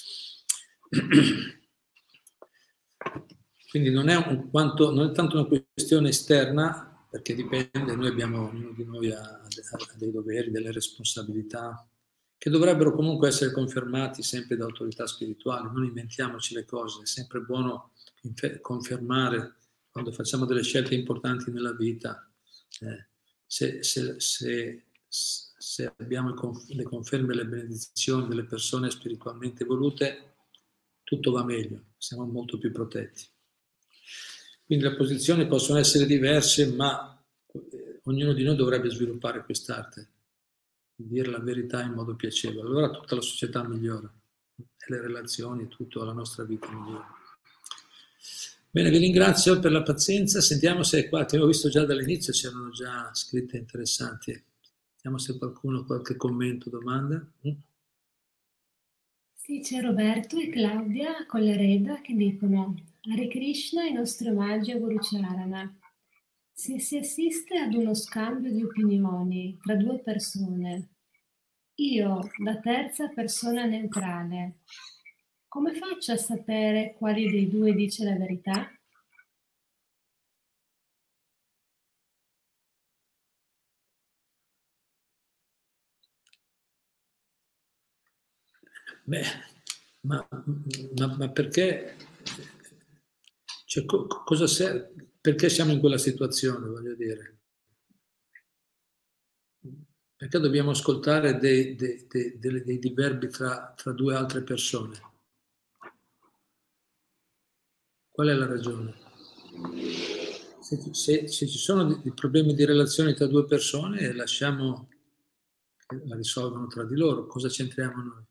Quindi non è, un quanto, non è tanto una questione esterna, perché dipende, noi abbiamo, ognuno di noi ha, ha dei doveri, delle responsabilità, che dovrebbero comunque essere confermati sempre da autorità spirituali. Non inventiamoci le cose, è sempre buono confermare quando facciamo delle scelte importanti nella vita. Eh, se, se, se, se abbiamo le conferme e le benedizioni delle persone spiritualmente evolute, tutto va meglio, siamo molto più protetti. Quindi le posizioni possono essere diverse, ma ognuno di noi dovrebbe sviluppare quest'arte, di dire la verità in modo piacevole. Allora tutta la società migliora, e le relazioni, tutta la nostra vita migliora. Bene, vi ringrazio per la pazienza, sentiamo se qua, che ho visto già dall'inizio, c'erano già scritte interessanti. Vediamo se qualcuno ha qualche commento, domanda. Mm? Sì, c'è Roberto e Claudia con la Reda che dicono: Hare Krishna, i nostri omaggi a Guru Charana. Se si assiste ad uno scambio di opinioni tra due persone, io, da terza persona neutrale, come faccio a sapere quale dei due dice la verità? Beh, ma, ma, ma perché, cioè, co, cosa serve? Perché siamo in quella situazione, voglio dire? Perché dobbiamo ascoltare dei, dei, dei, dei, dei diverbi tra, tra due altre persone? Qual è la ragione? Se, se, se ci sono dei problemi di relazione tra due persone, lasciamo che la risolvano tra di loro. Cosa c'entriamo noi?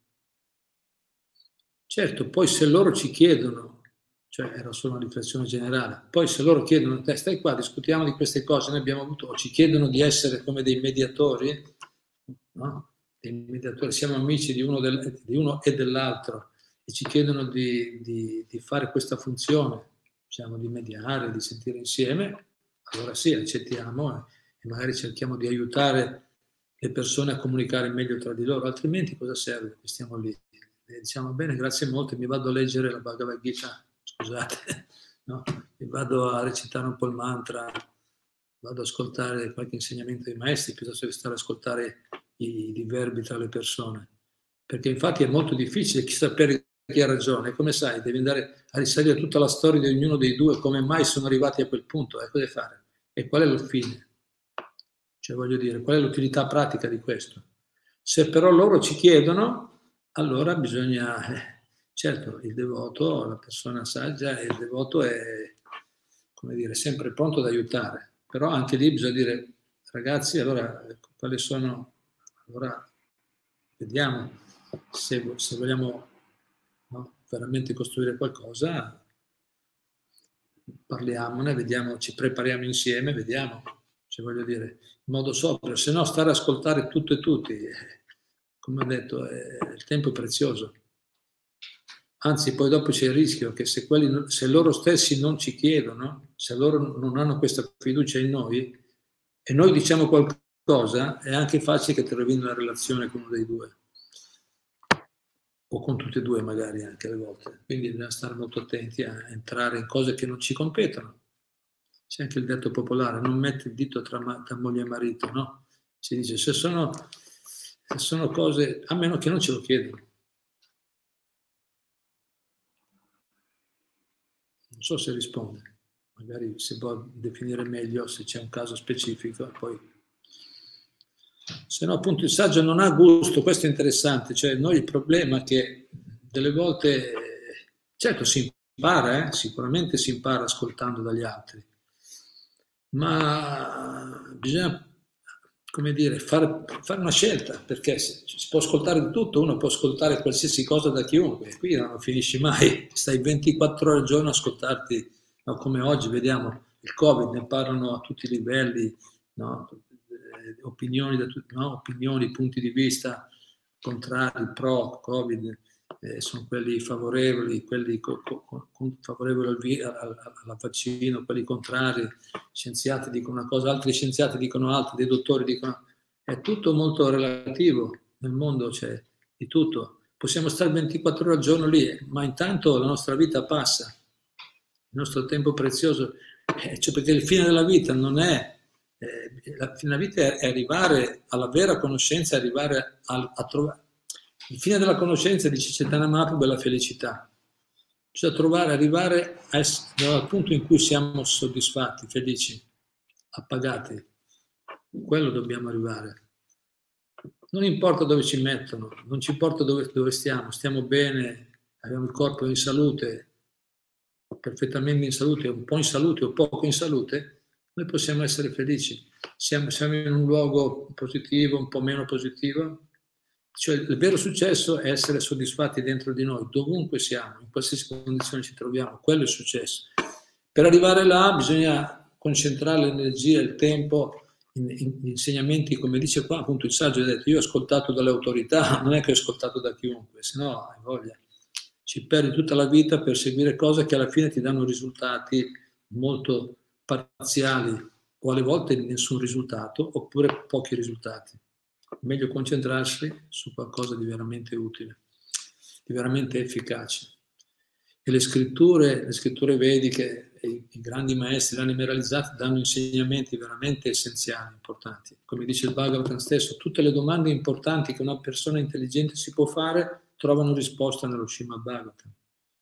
Certo, poi se loro ci chiedono, cioè era solo una riflessione generale, poi se loro chiedono, te stai qua, discutiamo di queste cose, noi abbiamo avuto, o ci chiedono di essere come dei mediatori, no? Dei mediatori, siamo amici di uno, del, di uno e dell'altro, e ci chiedono di, di, di fare questa funzione, diciamo, di mediare, di sentire insieme, allora sì, accettiamo e magari cerchiamo di aiutare le persone a comunicare meglio tra di loro, altrimenti cosa serve che stiamo lì? E diciamo, bene, grazie molte, mi vado a leggere la Bhagavad Gita, scusate, no? Mi vado a recitare un po' il mantra, vado ad ascoltare qualche insegnamento dei maestri, piuttosto che stare ad ascoltare i, i verbi tra le persone. Perché infatti è molto difficile sapere chi ha ragione. Come sai, devi andare a risalire tutta la storia di ognuno dei due, come mai sono arrivati a quel punto, e cosa fare? E qual è il fine? Cioè, voglio dire, qual è l'utilità pratica di questo? Se però loro ci chiedono, allora bisogna... Eh, certo, il devoto, la persona saggia, il devoto è, come dire, sempre pronto ad aiutare. Però anche lì bisogna dire, ragazzi, allora, quali sono... Allora, vediamo se, se vogliamo, no, veramente costruire qualcosa, parliamone, vediamo, ci prepariamo insieme, vediamo, cioè voglio dire, in modo sobrio, se no stare a ascoltare tutto e tutti, come ho detto, è, il tempo è prezioso. Anzi, poi dopo c'è il rischio che se, quelli, se loro stessi non ci chiedono, se loro non hanno questa fiducia in noi, e noi diciamo qualcosa, è anche facile che ti rovini una relazione con uno dei due. O con tutte e due magari anche alle volte. Quindi bisogna stare molto attenti a entrare in cose che non ci competono. C'è anche il detto popolare, non metti il dito tra, tra moglie e marito, no? Si dice, se sono, se sono cose, a meno che non ce lo chiedano. Non so se risponde, magari si può definire meglio se c'è un caso specifico, e poi... Se no, appunto, il saggio non ha gusto, questo è interessante, cioè noi il problema è che delle volte, certo si impara, eh? Sicuramente si impara ascoltando dagli altri, ma bisogna, come dire, fare, fare una scelta, perché si può ascoltare di tutto, uno può ascoltare qualsiasi cosa da chiunque, qui non finisci mai, stai ventiquattro ore al giorno a ascoltarti, no? Come oggi vediamo il Covid, ne parlano a tutti i livelli, no? Opinioni, da tutti, no? Opinioni, punti di vista contrari, pro Covid, eh, sono quelli favorevoli, quelli co- co- co- favorevoli al, vi- al, al, al vaccino, quelli contrari, scienziati dicono una cosa, altri scienziati dicono altro, dei dottori dicono, è tutto molto relativo, nel mondo c'è di tutto, possiamo stare ventiquattro ore al giorno lì, ma intanto la nostra vita passa, il nostro tempo prezioso, eh, cioè perché il fine della vita non è Eh, la fine della vita è arrivare alla vera conoscenza, arrivare a, a trovare. Il fine della conoscenza, dice Chaitanya Mahaprabhu, è la felicità. Bisogna trovare, arrivare a essere, al punto in cui siamo soddisfatti, felici, appagati. Quello dobbiamo arrivare. Non importa dove ci mettono, non ci importa dove, dove stiamo, stiamo bene, abbiamo il corpo in salute, perfettamente in salute, un po' in salute o poco in salute, noi possiamo essere felici. Siamo, siamo in un luogo positivo, un po' meno positivo. Cioè, il vero successo è essere soddisfatti dentro di noi, dovunque siamo, in qualsiasi condizione ci troviamo. Quello è il successo. Per arrivare là bisogna concentrare l'energia, il tempo, in, in, in insegnamenti, come dice qua, appunto il saggio ha detto, io ho ascoltato dalle autorità, non è che ho ascoltato da chiunque, se no hai voglia. Ci perdi tutta la vita per seguire cose che alla fine ti danno risultati molto parziali o alle volte nessun risultato oppure pochi risultati. Meglio concentrarsi su qualcosa di veramente utile, di veramente efficace. E le scritture, le scritture vediche, i, i grandi maestri, i grandi realizzati danno insegnamenti veramente essenziali, importanti. Come dice il Bhagavatam stesso, tutte le domande importanti che una persona intelligente si può fare trovano risposta nello Srimad Bhagavatam.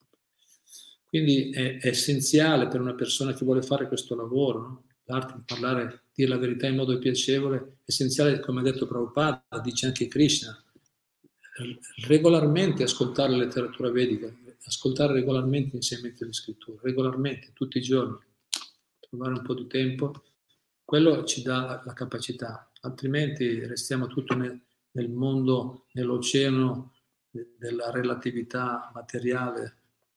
Quindi è, è essenziale per una persona che vuole fare questo lavoro, no? L'arte di parlare, dire la verità in modo piacevole, è essenziale, come ha detto Prabhupada, dice anche Krishna, regolarmente ascoltare la letteratura vedica, ascoltare regolarmente insieme alle scritture, regolarmente, tutti i giorni, trovare un po' di tempo, quello ci dà la capacità, altrimenti restiamo tutto nel, nel mondo, nell'oceano della relatività materiale,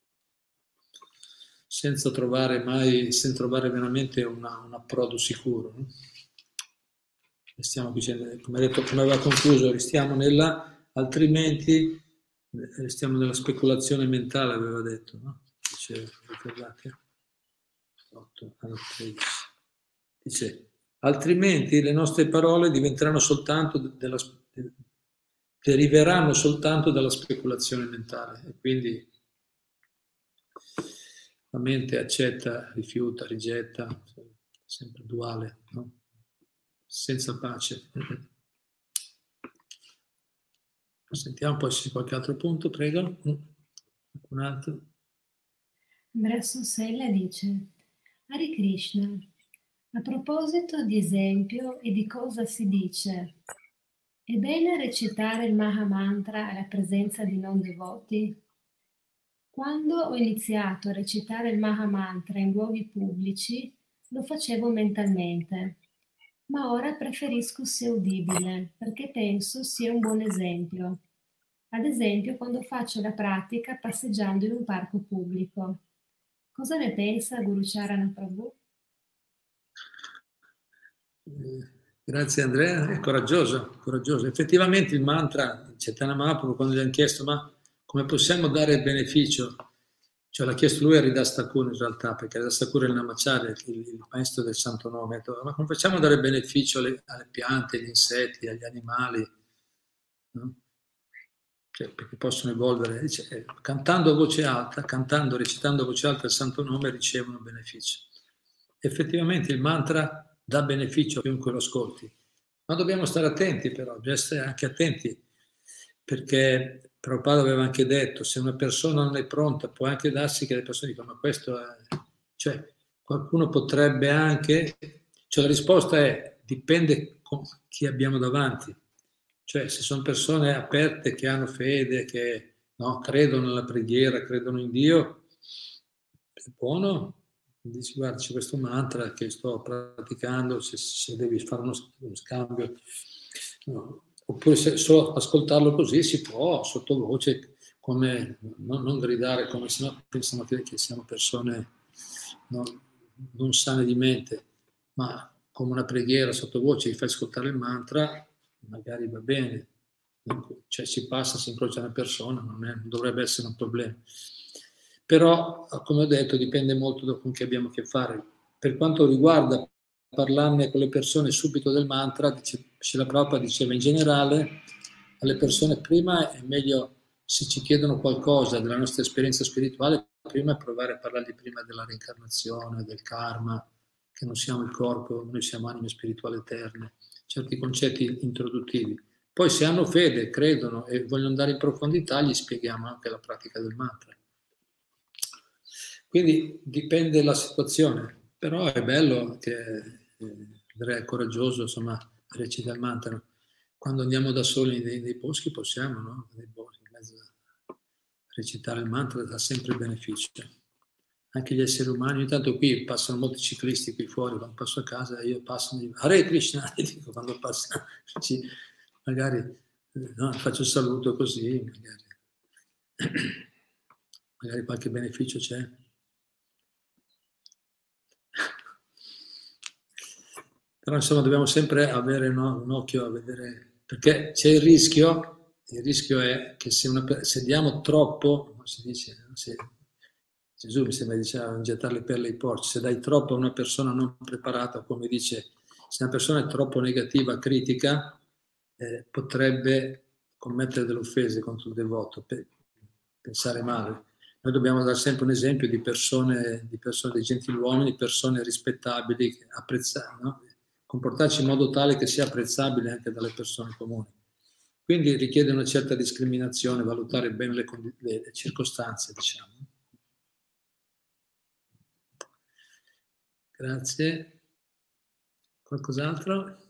senza trovare mai, senza trovare veramente una, un approdo sicuro. No? Restiamo, come ha detto, come aveva concluso, restiamo nella, altrimenti restiamo nella speculazione mentale, aveva detto, no? Dice, ricordate? otto alla tredici. Dice, altrimenti le nostre parole diventeranno soltanto della, deriveranno soltanto dalla speculazione mentale e quindi la mente accetta, rifiuta, rigetta, sempre duale, no? Senza pace. Sentiamo poi se c'è qualche altro punto, prego. Un altro. Andrea Sossella dice, Hare Krishna, a proposito di esempio e di cosa si dice, è bene recitare il Maha Mantra alla presenza di non devoti? Quando ho iniziato a recitare il Maha Mantra in luoghi pubblici, lo facevo mentalmente, ma ora preferisco sia udibile, perché penso sia un buon esempio. Ad esempio, quando faccio la pratica passeggiando in un parco pubblico. Cosa ne pensa Guru Charana Prabhu? Grazie Andrea, è coraggioso, coraggioso. Effettivamente il mantra, Chaitanya Mahaprabhu, quando gli hanno chiesto ma come possiamo dare il beneficio, cioè l'ha chiesto lui a Haridas Thakur in realtà, perché Haridas Thakur è il Namacharya, il, il maestro del santo nome, ha detto, ma come facciamo a dare beneficio alle, alle piante, agli insetti, agli animali, no? Cioè, perché possono evolvere, dice, eh, cantando a voce alta, cantando, recitando a voce alta il santo nome ricevono beneficio. Effettivamente il mantra dà beneficio a chiunque lo ascolti, ma dobbiamo stare attenti però, bisogna stare anche attenti, perché Prabhupada aveva anche detto, se una persona non è pronta può anche darsi che le persone dicono, ma questo è... Cioè, qualcuno potrebbe anche... Cioè la risposta è, dipende con chi abbiamo davanti. Cioè, se sono persone aperte che hanno fede, che no, credono nella preghiera, credono in Dio, è buono. Dici, guarda, c'è questo mantra che sto praticando, se, se devi fare uno, uno scambio. No. Oppure se solo ascoltarlo così si può, sottovoce, come, non, non gridare, come se no pensano che, che siamo persone non, non sane di mente, ma come una preghiera sottovoce, gli fai ascoltare il mantra, magari va bene, cioè si passa, si incrocia una persona, non, è, non dovrebbe essere un problema. Però, come ho detto, dipende molto da con chi abbiamo a che fare. Per quanto riguarda parlarne con le persone subito del mantra, dice, Srila Prabhupada diceva in generale, alle persone prima è meglio, se ci chiedono qualcosa della nostra esperienza spirituale, prima è provare a parlargli prima della reincarnazione, del karma, che non siamo il corpo, noi siamo anime spirituali eterne, certi concetti introduttivi. Poi se hanno fede, credono e vogliono andare in profondità, gli spieghiamo anche la pratica del mantra. Quindi dipende dalla situazione, però è bello che Andrea è coraggioso, insomma, recita il mantra. Quando andiamo da soli nei, nei boschi possiamo, no? Nei boschi, in mezzo a recitare il mantra dà sempre beneficio. Anche gli esseri umani, ogni tanto qui passano molti ciclisti qui fuori, quando passo a casa io passo, mi dico, Hare Krishna, dico quando passa, magari no, faccio il saluto così, magari, magari qualche beneficio c'è. Però insomma dobbiamo sempre avere no, un occhio a vedere, perché c'è il rischio, il rischio è che se, una, se diamo troppo, come si dice, se, Gesù mi sembra diceva gettare le perle ai porci, se dai troppo a una persona non preparata, come dice, se una persona è troppo negativa, critica, eh, potrebbe commettere delle offese contro il devoto, per pensare male. Noi dobbiamo dare sempre un esempio di persone, di persone, dei gentiluomini, persone rispettabili, apprezzate, no? Comportarci in modo tale che sia apprezzabile anche dalle persone comuni. Quindi richiede una certa discriminazione, valutare bene le, le, le circostanze, diciamo. Grazie. Qualcos'altro?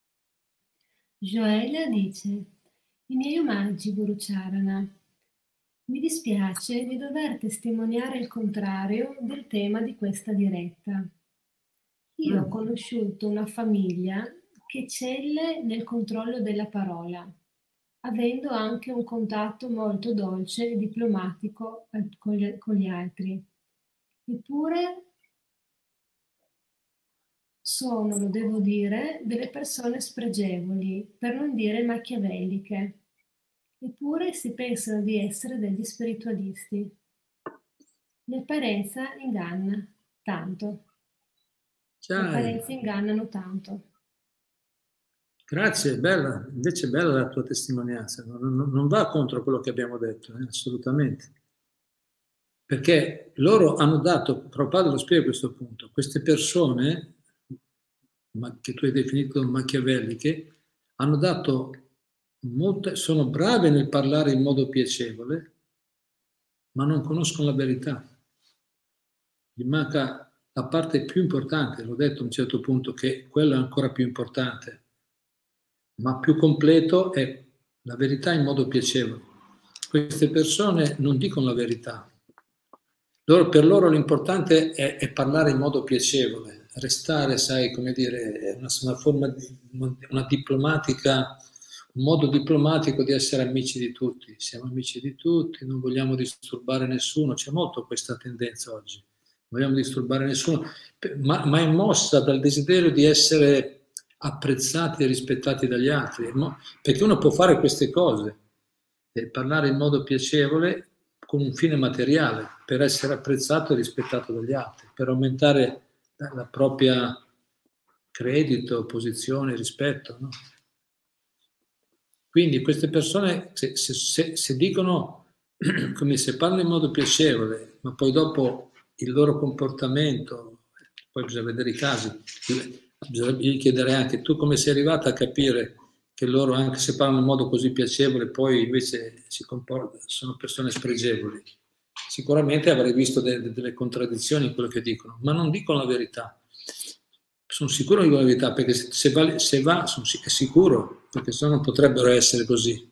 Joelia dice, i miei omaggi, Guru Charana. Mi dispiace di dover testimoniare il contrario del tema di questa diretta. Io ho conosciuto una famiglia che eccelle nel controllo della parola, avendo anche un contatto molto dolce e diplomatico con gli, con gli altri. Eppure sono, lo devo dire, delle persone spregevoli, per non dire machiavelliche. Eppure si pensano di essere degli spiritualisti. L'apparenza inganna tanto. Le apparenze ingannano tanto. Grazie, bella, invece è bella la tua testimonianza, non, non, non va contro quello che abbiamo detto, eh, assolutamente. Perché loro hanno dato, Prabhupada lo spiega a questo punto, queste persone, ma, che tu hai definito machiavelliche, hanno dato molte, sono brave nel parlare in modo piacevole, ma non conoscono la verità. Gli manca la parte più importante, l'ho detto a un certo punto, che quello è ancora più importante, ma più completo è la verità in modo piacevole. Queste persone non dicono la verità. Loro, per loro l'importante è, è parlare in modo piacevole, restare, sai, come dire, una, una forma di, una diplomatica, un modo diplomatico di essere amici di tutti. Siamo amici di tutti, non vogliamo disturbare nessuno. C'è molto questa tendenza oggi. Non vogliamo disturbare nessuno, ma, ma è mossa dal desiderio di essere apprezzati e rispettati dagli altri, perché uno può fare queste cose, e parlare in modo piacevole con un fine materiale, per essere apprezzato e rispettato dagli altri, per aumentare la propria credito, posizione, rispetto. No? Quindi queste persone, se, se, se, se dicono, come se parlano in modo piacevole, ma poi dopo il loro comportamento, poi bisogna vedere i casi, bisogna chiedere anche tu come sei arrivata a capire che loro, anche se parlano in modo così piacevole, poi invece si comportano, sono persone spregevoli. Sicuramente avrei visto delle, delle contraddizioni in quello che dicono, ma non dicono la verità. Sono sicuro di la verità, perché se va, se va sono, è sicuro, perché se no non potrebbero essere così.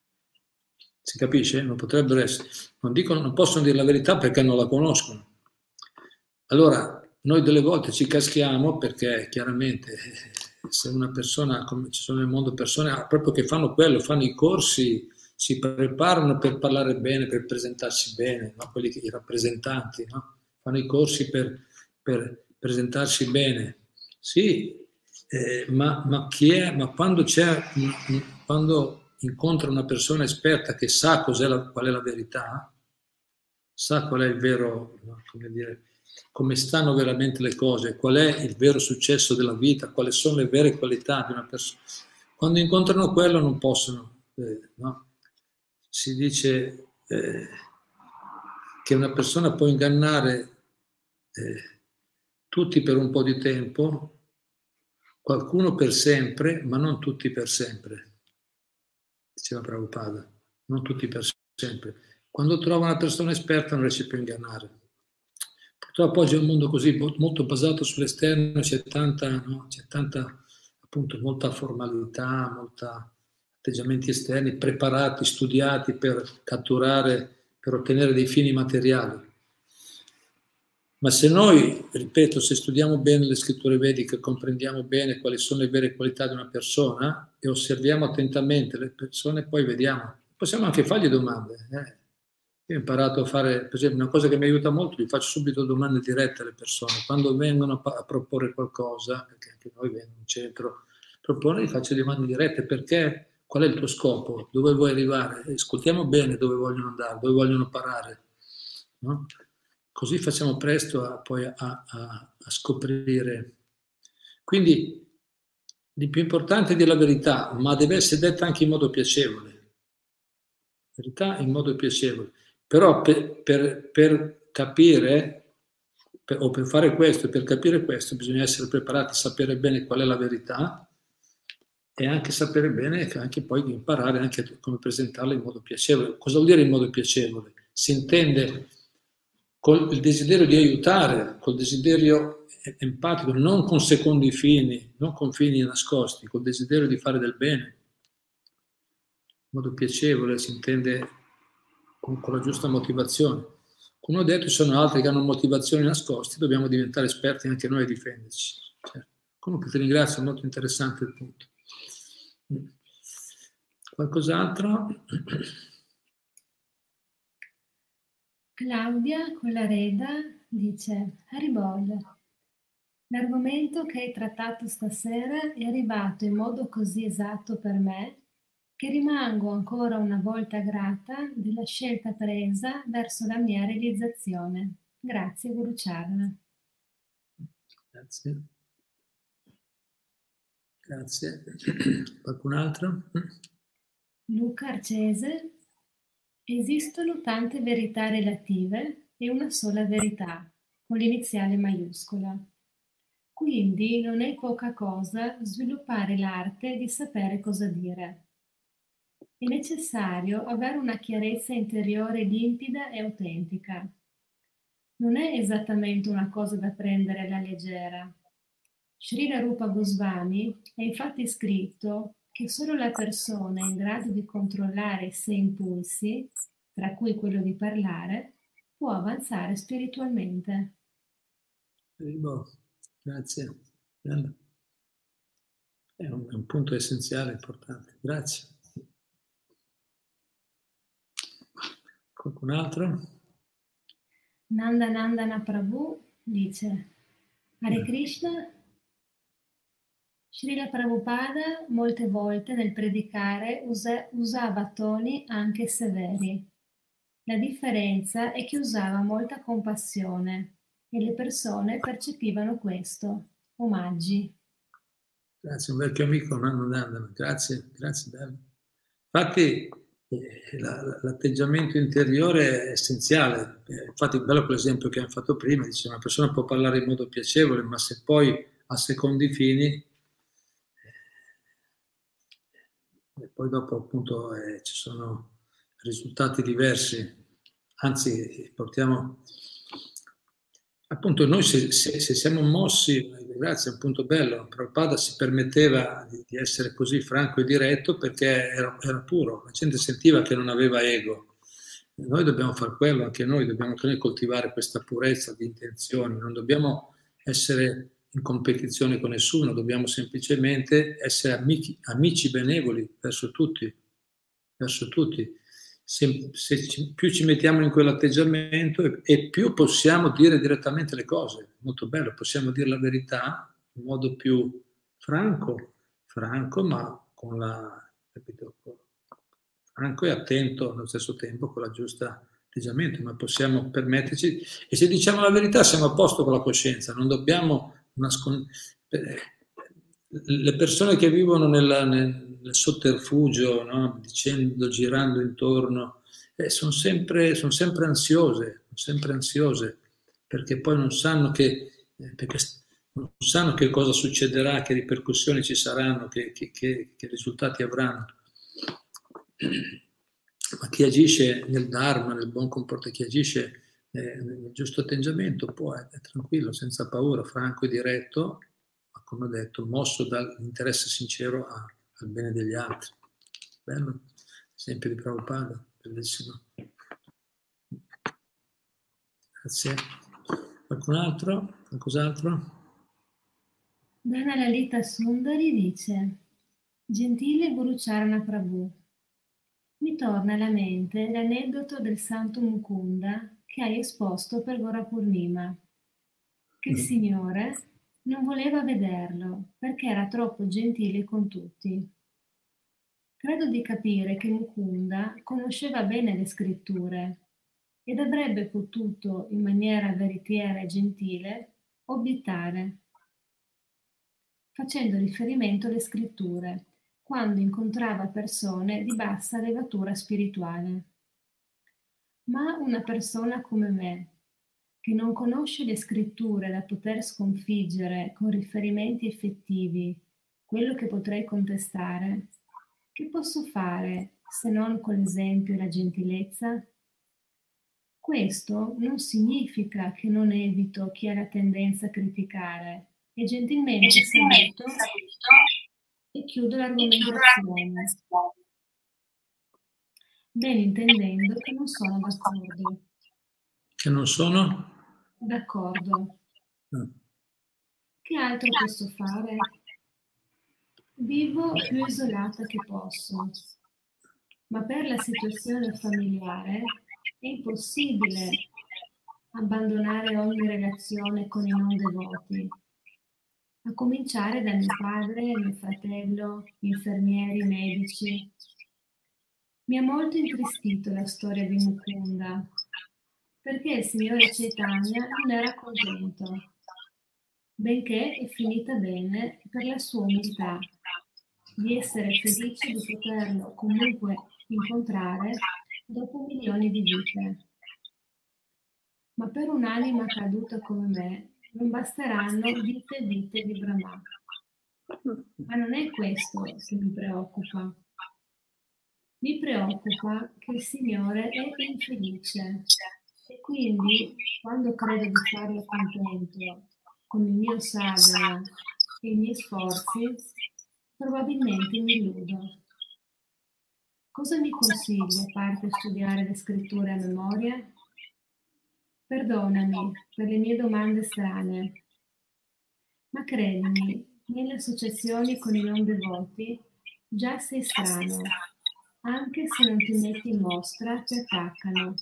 Si capisce? Non potrebbero essere. Non, dicono, non possono dire la verità perché non la conoscono. Allora, noi delle volte ci caschiamo perché chiaramente se una persona, come ci sono nel mondo persone proprio che fanno quello, fanno i corsi, si preparano per parlare bene, per presentarsi bene, no? Quelli che, i rappresentanti, no? Fanno i corsi per, per presentarsi bene. Sì, eh, ma, ma chi è? Ma quando c'è, quando incontra una persona esperta che sa cos'è la, qual è la verità, sa qual è il vero, no? Come dire, come stanno veramente le cose, qual è il vero successo della vita, quali sono le vere qualità di una persona. Quando incontrano quello non possono, eh, no? Si dice eh, che una persona può ingannare eh, tutti per un po' di tempo, qualcuno per sempre, ma non tutti per sempre, diceva Prabhupada, non tutti per sempre. Quando trova una persona esperta non riesce più a ingannare. Purtroppo oggi è un mondo così molto basato sull'esterno, c'è tanta, no? C'è tanta, appunto, molta formalità, molta atteggiamenti esterni preparati, studiati per catturare, per ottenere dei fini materiali. Ma se noi, ripeto, se studiamo bene le scritture vediche, comprendiamo bene quali sono le vere qualità di una persona e osserviamo attentamente le persone, poi vediamo. Possiamo anche fargli domande. Eh? Io ho imparato a fare, per esempio, una cosa che mi aiuta molto, gli faccio subito domande dirette alle persone. Quando vengono a proporre qualcosa, perché anche noi veniamo in centro, propone, gli faccio domande dirette. Perché? Qual è il tuo scopo? Dove vuoi arrivare? Ascoltiamo bene dove vogliono andare, dove vogliono parare. No? Così facciamo presto a, poi a, a, a scoprire. Quindi il più importante è dire la verità, ma deve essere detta anche in modo piacevole. Verità in modo piacevole. Però per, per, per capire, per, o per fare questo, per capire questo, bisogna essere preparati, sapere bene qual è la verità e anche sapere bene, anche poi imparare anche come presentarla in modo piacevole. Cosa vuol dire in modo piacevole? Si intende col il desiderio di aiutare, col desiderio empatico, non con secondi fini, non con fini nascosti, col desiderio di fare del bene. In modo piacevole si intende con, con la giusta motivazione. Come ho detto, ci sono altri che hanno motivazioni nascoste, dobbiamo diventare esperti anche noi a difenderci. Certo. Comunque ti ringrazio, è molto interessante il punto. Qualcos'altro? Claudia Collareda dice: Haribol, l'argomento che hai trattato stasera è arrivato in modo così esatto per me che rimango ancora una volta grata della scelta presa verso la mia realizzazione. Grazie, Guru Charana. Grazie. Grazie. Qualcun altro? Luca Arcese. Esistono tante verità relative e una sola verità, con l'iniziale maiuscola. Quindi non è poca cosa sviluppare l'arte di sapere cosa dire. È necessario avere una chiarezza interiore limpida e autentica. Non è esattamente una cosa da prendere alla leggera. Srila Rupa Goswami ha infatti scritto che solo la persona in grado di controllare i sei impulsi, tra cui quello di parlare, può avanzare spiritualmente. Grazie. È un, è un punto essenziale, importante. Grazie. Qualcun altro? Nanda Nandana Prabhu dice: Hare Krishna, Srila Prabhupada molte volte nel predicare usa, usava toni anche severi. La differenza è che usava molta compassione e le persone percepivano questo. Omaggi. Grazie, un vecchio amico, Nando Nandana. Grazie, grazie, bello. Infatti eh, la, l'atteggiamento interiore è essenziale. Eh, infatti bello quell'esempio che abbiamo fatto prima, dice una persona può parlare in modo piacevole, ma se poi a secondi fini e poi dopo appunto eh, ci sono risultati diversi, anzi portiamo appunto noi se, se, se siamo mossi, grazie, è un punto bello, Prabhupada si permetteva di, di essere così franco e diretto perché era, era puro, la gente sentiva che non aveva ego. Noi dobbiamo fare quello, anche noi dobbiamo anche noi coltivare questa purezza di intenzioni, non dobbiamo essere in competizione con nessuno, dobbiamo semplicemente essere amici, amici benevoli verso tutti, verso tutti. Se, se ci, più ci mettiamo in quell'atteggiamento e, e più possiamo dire direttamente le cose, molto bello, possiamo dire la verità in modo più franco, franco ma con la, capito, franco e attento allo stesso tempo con la giusta atteggiamento, ma possiamo permetterci, e se diciamo la verità siamo a posto con la coscienza, non dobbiamo nascondere. Le persone che vivono nella, nel, nel sotterfugio, no? Dicendo, girando intorno, eh, sono sempre, son sempre ansiose, son sempre ansiose, perché poi non sanno che, eh, perché non sanno che cosa succederà, che ripercussioni ci saranno, che, che, che, che risultati avranno. Ma chi agisce nel Dharma, nel buon comportamento, chi agisce eh, nel giusto atteggiamento può essere tranquillo, senza paura, franco e diretto, ma come ho detto, mosso dall'interesse sincero a, al bene degli altri. Bello, esempio di Prabhupada, bellissimo. Grazie. Qualcun altro? Qualcos'altro? Dana Lalita Sundari dice: Gentile Guru Charana Prabhu, mi torna alla mente l'aneddoto del santo Mukunda che hai esposto per Gora Purnima, che il Signore non voleva vederlo perché era troppo gentile con tutti. Credo di capire che Mukunda conosceva bene le scritture ed avrebbe potuto, in maniera veritiera e gentile, obiettare, facendo riferimento alle scritture, quando incontrava persone di bassa levatura spirituale. Ma una persona come me, che non conosce le scritture da poter sconfiggere con riferimenti effettivi quello che potrei contestare, che posso fare se non con l'esempio e la gentilezza? Questo non significa che non evito chi ha la tendenza a criticare e gentilmente saluto e chiudo l'argomentazione, ben intendendo che non sono d'accordo. Che non sono? D'accordo. No. Che altro posso fare? Vivo più isolata che posso, ma per la situazione familiare è impossibile abbandonare ogni relazione con i non devoti, a cominciare da mio padre, mio fratello, infermieri, medici. Mi ha molto intristito la storia di Mukunda, perché il signore Chaitanya non era contento, benché è finita bene per la sua umiltà di essere felice di poterlo comunque incontrare dopo milioni di vite. Ma per un'anima caduta come me non basteranno vite e vite di Brahma. Ma non è questo che mi preoccupa. Mi preoccupa che il Signore è infelice e quindi quando credo di farlo contento con il mio sadhana e i miei sforzi, probabilmente mi illudo. Cosa mi consigli a parte studiare le scritture a memoria? Perdonami per le mie domande strane, ma credimi, nelle associazioni con i non devoti già sei strano, anche se non ti metti in mostra, ti attaccano.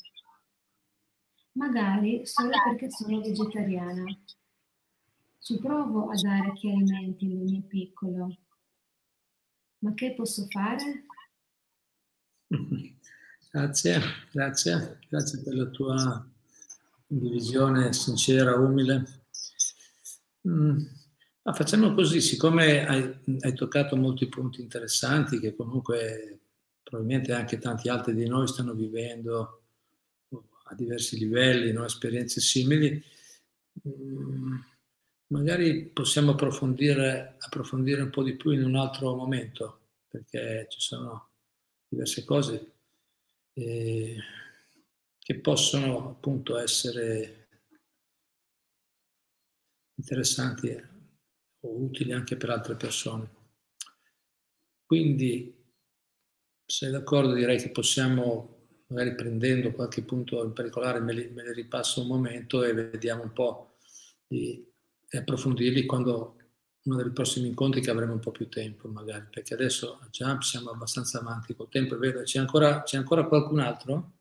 Magari solo perché sono vegetariana. Ci provo a dare chiarimenti nel mio piccolo. Ma che posso fare? Grazie, grazie, grazie per la tua condivisione sincera, umile. Mm. Ma facciamo così, siccome hai, hai toccato molti punti interessanti che comunque probabilmente anche tanti altri di noi stanno vivendo a diversi livelli, no? Esperienze simili, mm, magari possiamo approfondire, approfondire un po' di più in un altro momento, perché ci sono diverse cose eh, che possono appunto essere interessanti o utili anche per altre persone. Quindi, se sei d'accordo, direi che possiamo, magari prendendo qualche punto in particolare, me li, me li ripasso un momento e vediamo un po' di approfondirli quando uno dei prossimi incontri, che avremo un po' più tempo magari, perché adesso già siamo abbastanza avanti col tempo. Vedo, c'è ancora, c'è ancora qualcun altro?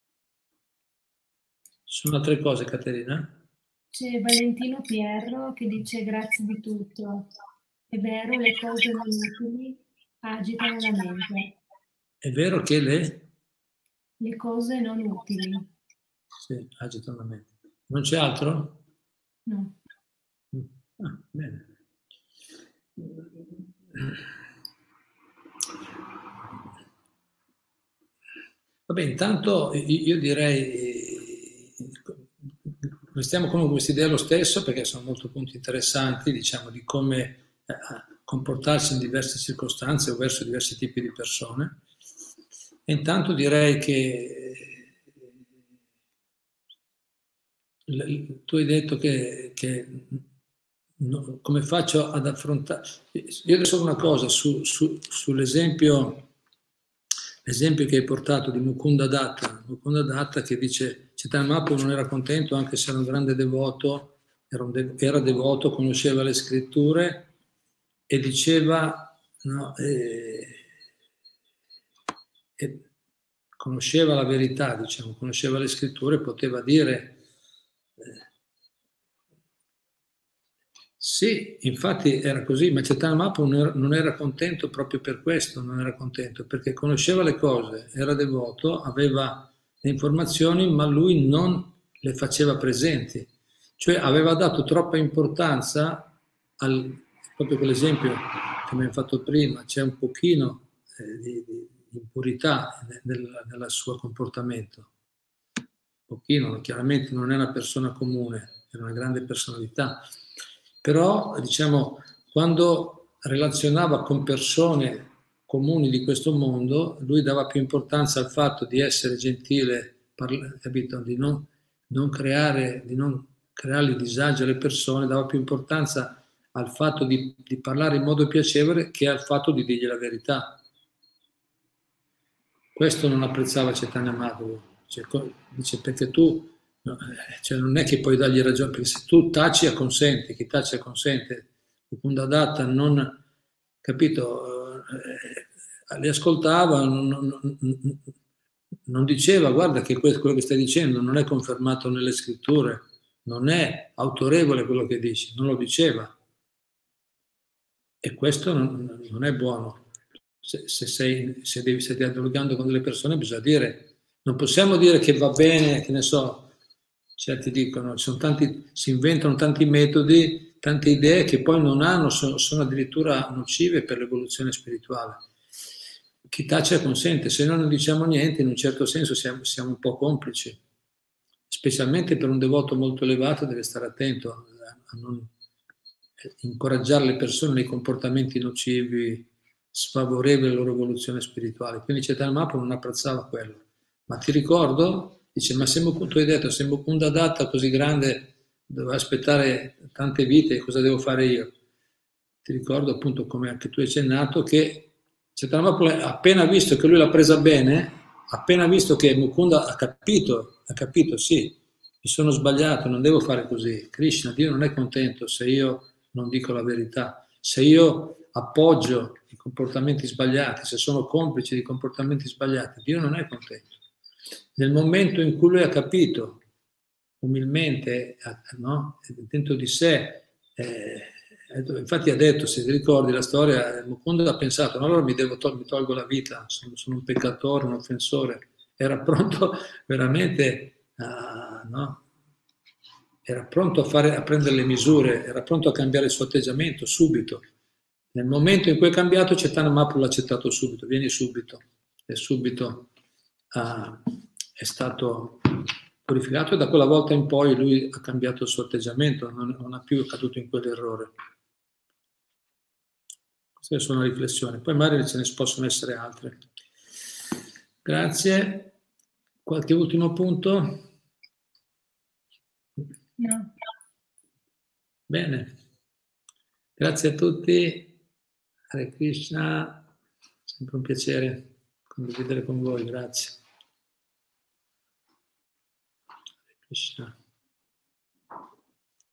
Ci sono altre cose, Caterina? C'è Valentino Pierro che dice grazie di tutto. È vero, le cose non utili agitano la mente. È vero che le? Le cose non utili. Sì, agitano la mente. Non c'è altro? No. Ah, bene. Vabbè, intanto io direi, restiamo con questa idea lo stesso, perché sono molto punti interessanti, diciamo, di come eh, comportarsi in diverse circostanze o verso diversi tipi di persone. E intanto direi che tu hai detto che, che no, come faccio ad affrontare. Io adesso una cosa su, su, sull'esempio l'esempio che hai portato di Mukunda Datta, Mukunda Datta che dice Chaitanya Mahaprabhu non era contento anche se era un grande devoto, era, un de- era devoto, conosceva le scritture e diceva, no, eh, eh, conosceva la verità, diciamo, conosceva le scritture, poteva dire eh, sì, infatti era così, ma Chaitanya Mahaprabhu non era, non era contento proprio per questo, non era contento, perché conosceva le cose, era devoto, aveva le informazioni, ma lui non le faceva presenti. Cioè aveva dato troppa importanza al, proprio quell'esempio che mi hai fatto prima, c'è un pochino eh, di, di impurità nel, nel suo comportamento. Un pochino, chiaramente non è una persona comune, è una grande personalità. Però, diciamo, quando relazionava con persone comuni di questo mondo, lui dava più importanza al fatto di essere gentile, parla, capito? Di non, non creare, di non creare disagio alle persone, dava più importanza al fatto di, di parlare in modo piacevole che al fatto di dirgli la verità. Questo non apprezzava Chaitanya Mahaprabhu, cioè, dice perché tu no, cioè non è che puoi dargli ragione, perché se tu taci acconsenti, chi taci acconsente, Mukunda Datta non, capito, eh, li ascoltava, non, non, non diceva guarda che quello che stai dicendo non è confermato nelle scritture, non è autorevole quello che dici, non lo diceva. E questo non, non è buono. Se, se, sei, se, devi, se stai dialogando con delle persone bisogna dire, non possiamo dire che va bene, che ne so, certi dicono, ci sono tanti, si inventano tanti metodi tante idee che poi non hanno, sono, sono addirittura nocive per l'evoluzione spirituale. Chi tace consente, se noi non diciamo niente, in un certo senso siamo, siamo un po' complici, specialmente per un devoto molto elevato deve stare attento a non incoraggiare le persone nei comportamenti nocivi, sfavorevoli alla loro evoluzione spirituale. Quindi Chaitanya Mahaprabhu non apprezzava quello. Ma ti ricordo, dice, ma se tu hai detto, se Mukunda Datta così grande doveva aspettare tante vite, cosa devo fare io? Ti ricordo appunto, come anche tu hai accennato, che Chaitanya Mahaprabhu, appena visto che lui l'ha presa bene, appena visto che Mukunda ha capito, ha capito, sì, mi sono sbagliato, non devo fare così. Krishna, Dio non è contento se io non dico la verità. Se io appoggio i comportamenti sbagliati, se sono complice di comportamenti sbagliati, Dio non è contento. Nel momento in cui lui ha capito, umilmente, no? Dentro di sé, eh, infatti ha detto, se ti ricordi la storia, Mukunda ha pensato, no, allora mi, devo tol- mi tolgo la vita, sono, sono un peccatore, un offensore. Era pronto veramente a, no? Era pronto a, fare, a prendere le misure, era pronto a cambiare il suo atteggiamento subito. Nel momento in cui è cambiato, Chaitanya Mahaprabhu l'ha accettato subito, vieni subito, e subito uh, è stato purificato, e da quella volta in poi lui ha cambiato il suo atteggiamento, non, non ha più caduto in quell'errore. Queste sono riflessioni, poi magari ce ne possono essere altre. Grazie. Qualche ultimo punto? No. Bene. Grazie a tutti. Hare Krishna. Sempre un piacere condividere con voi. Grazie. Hare Krishna.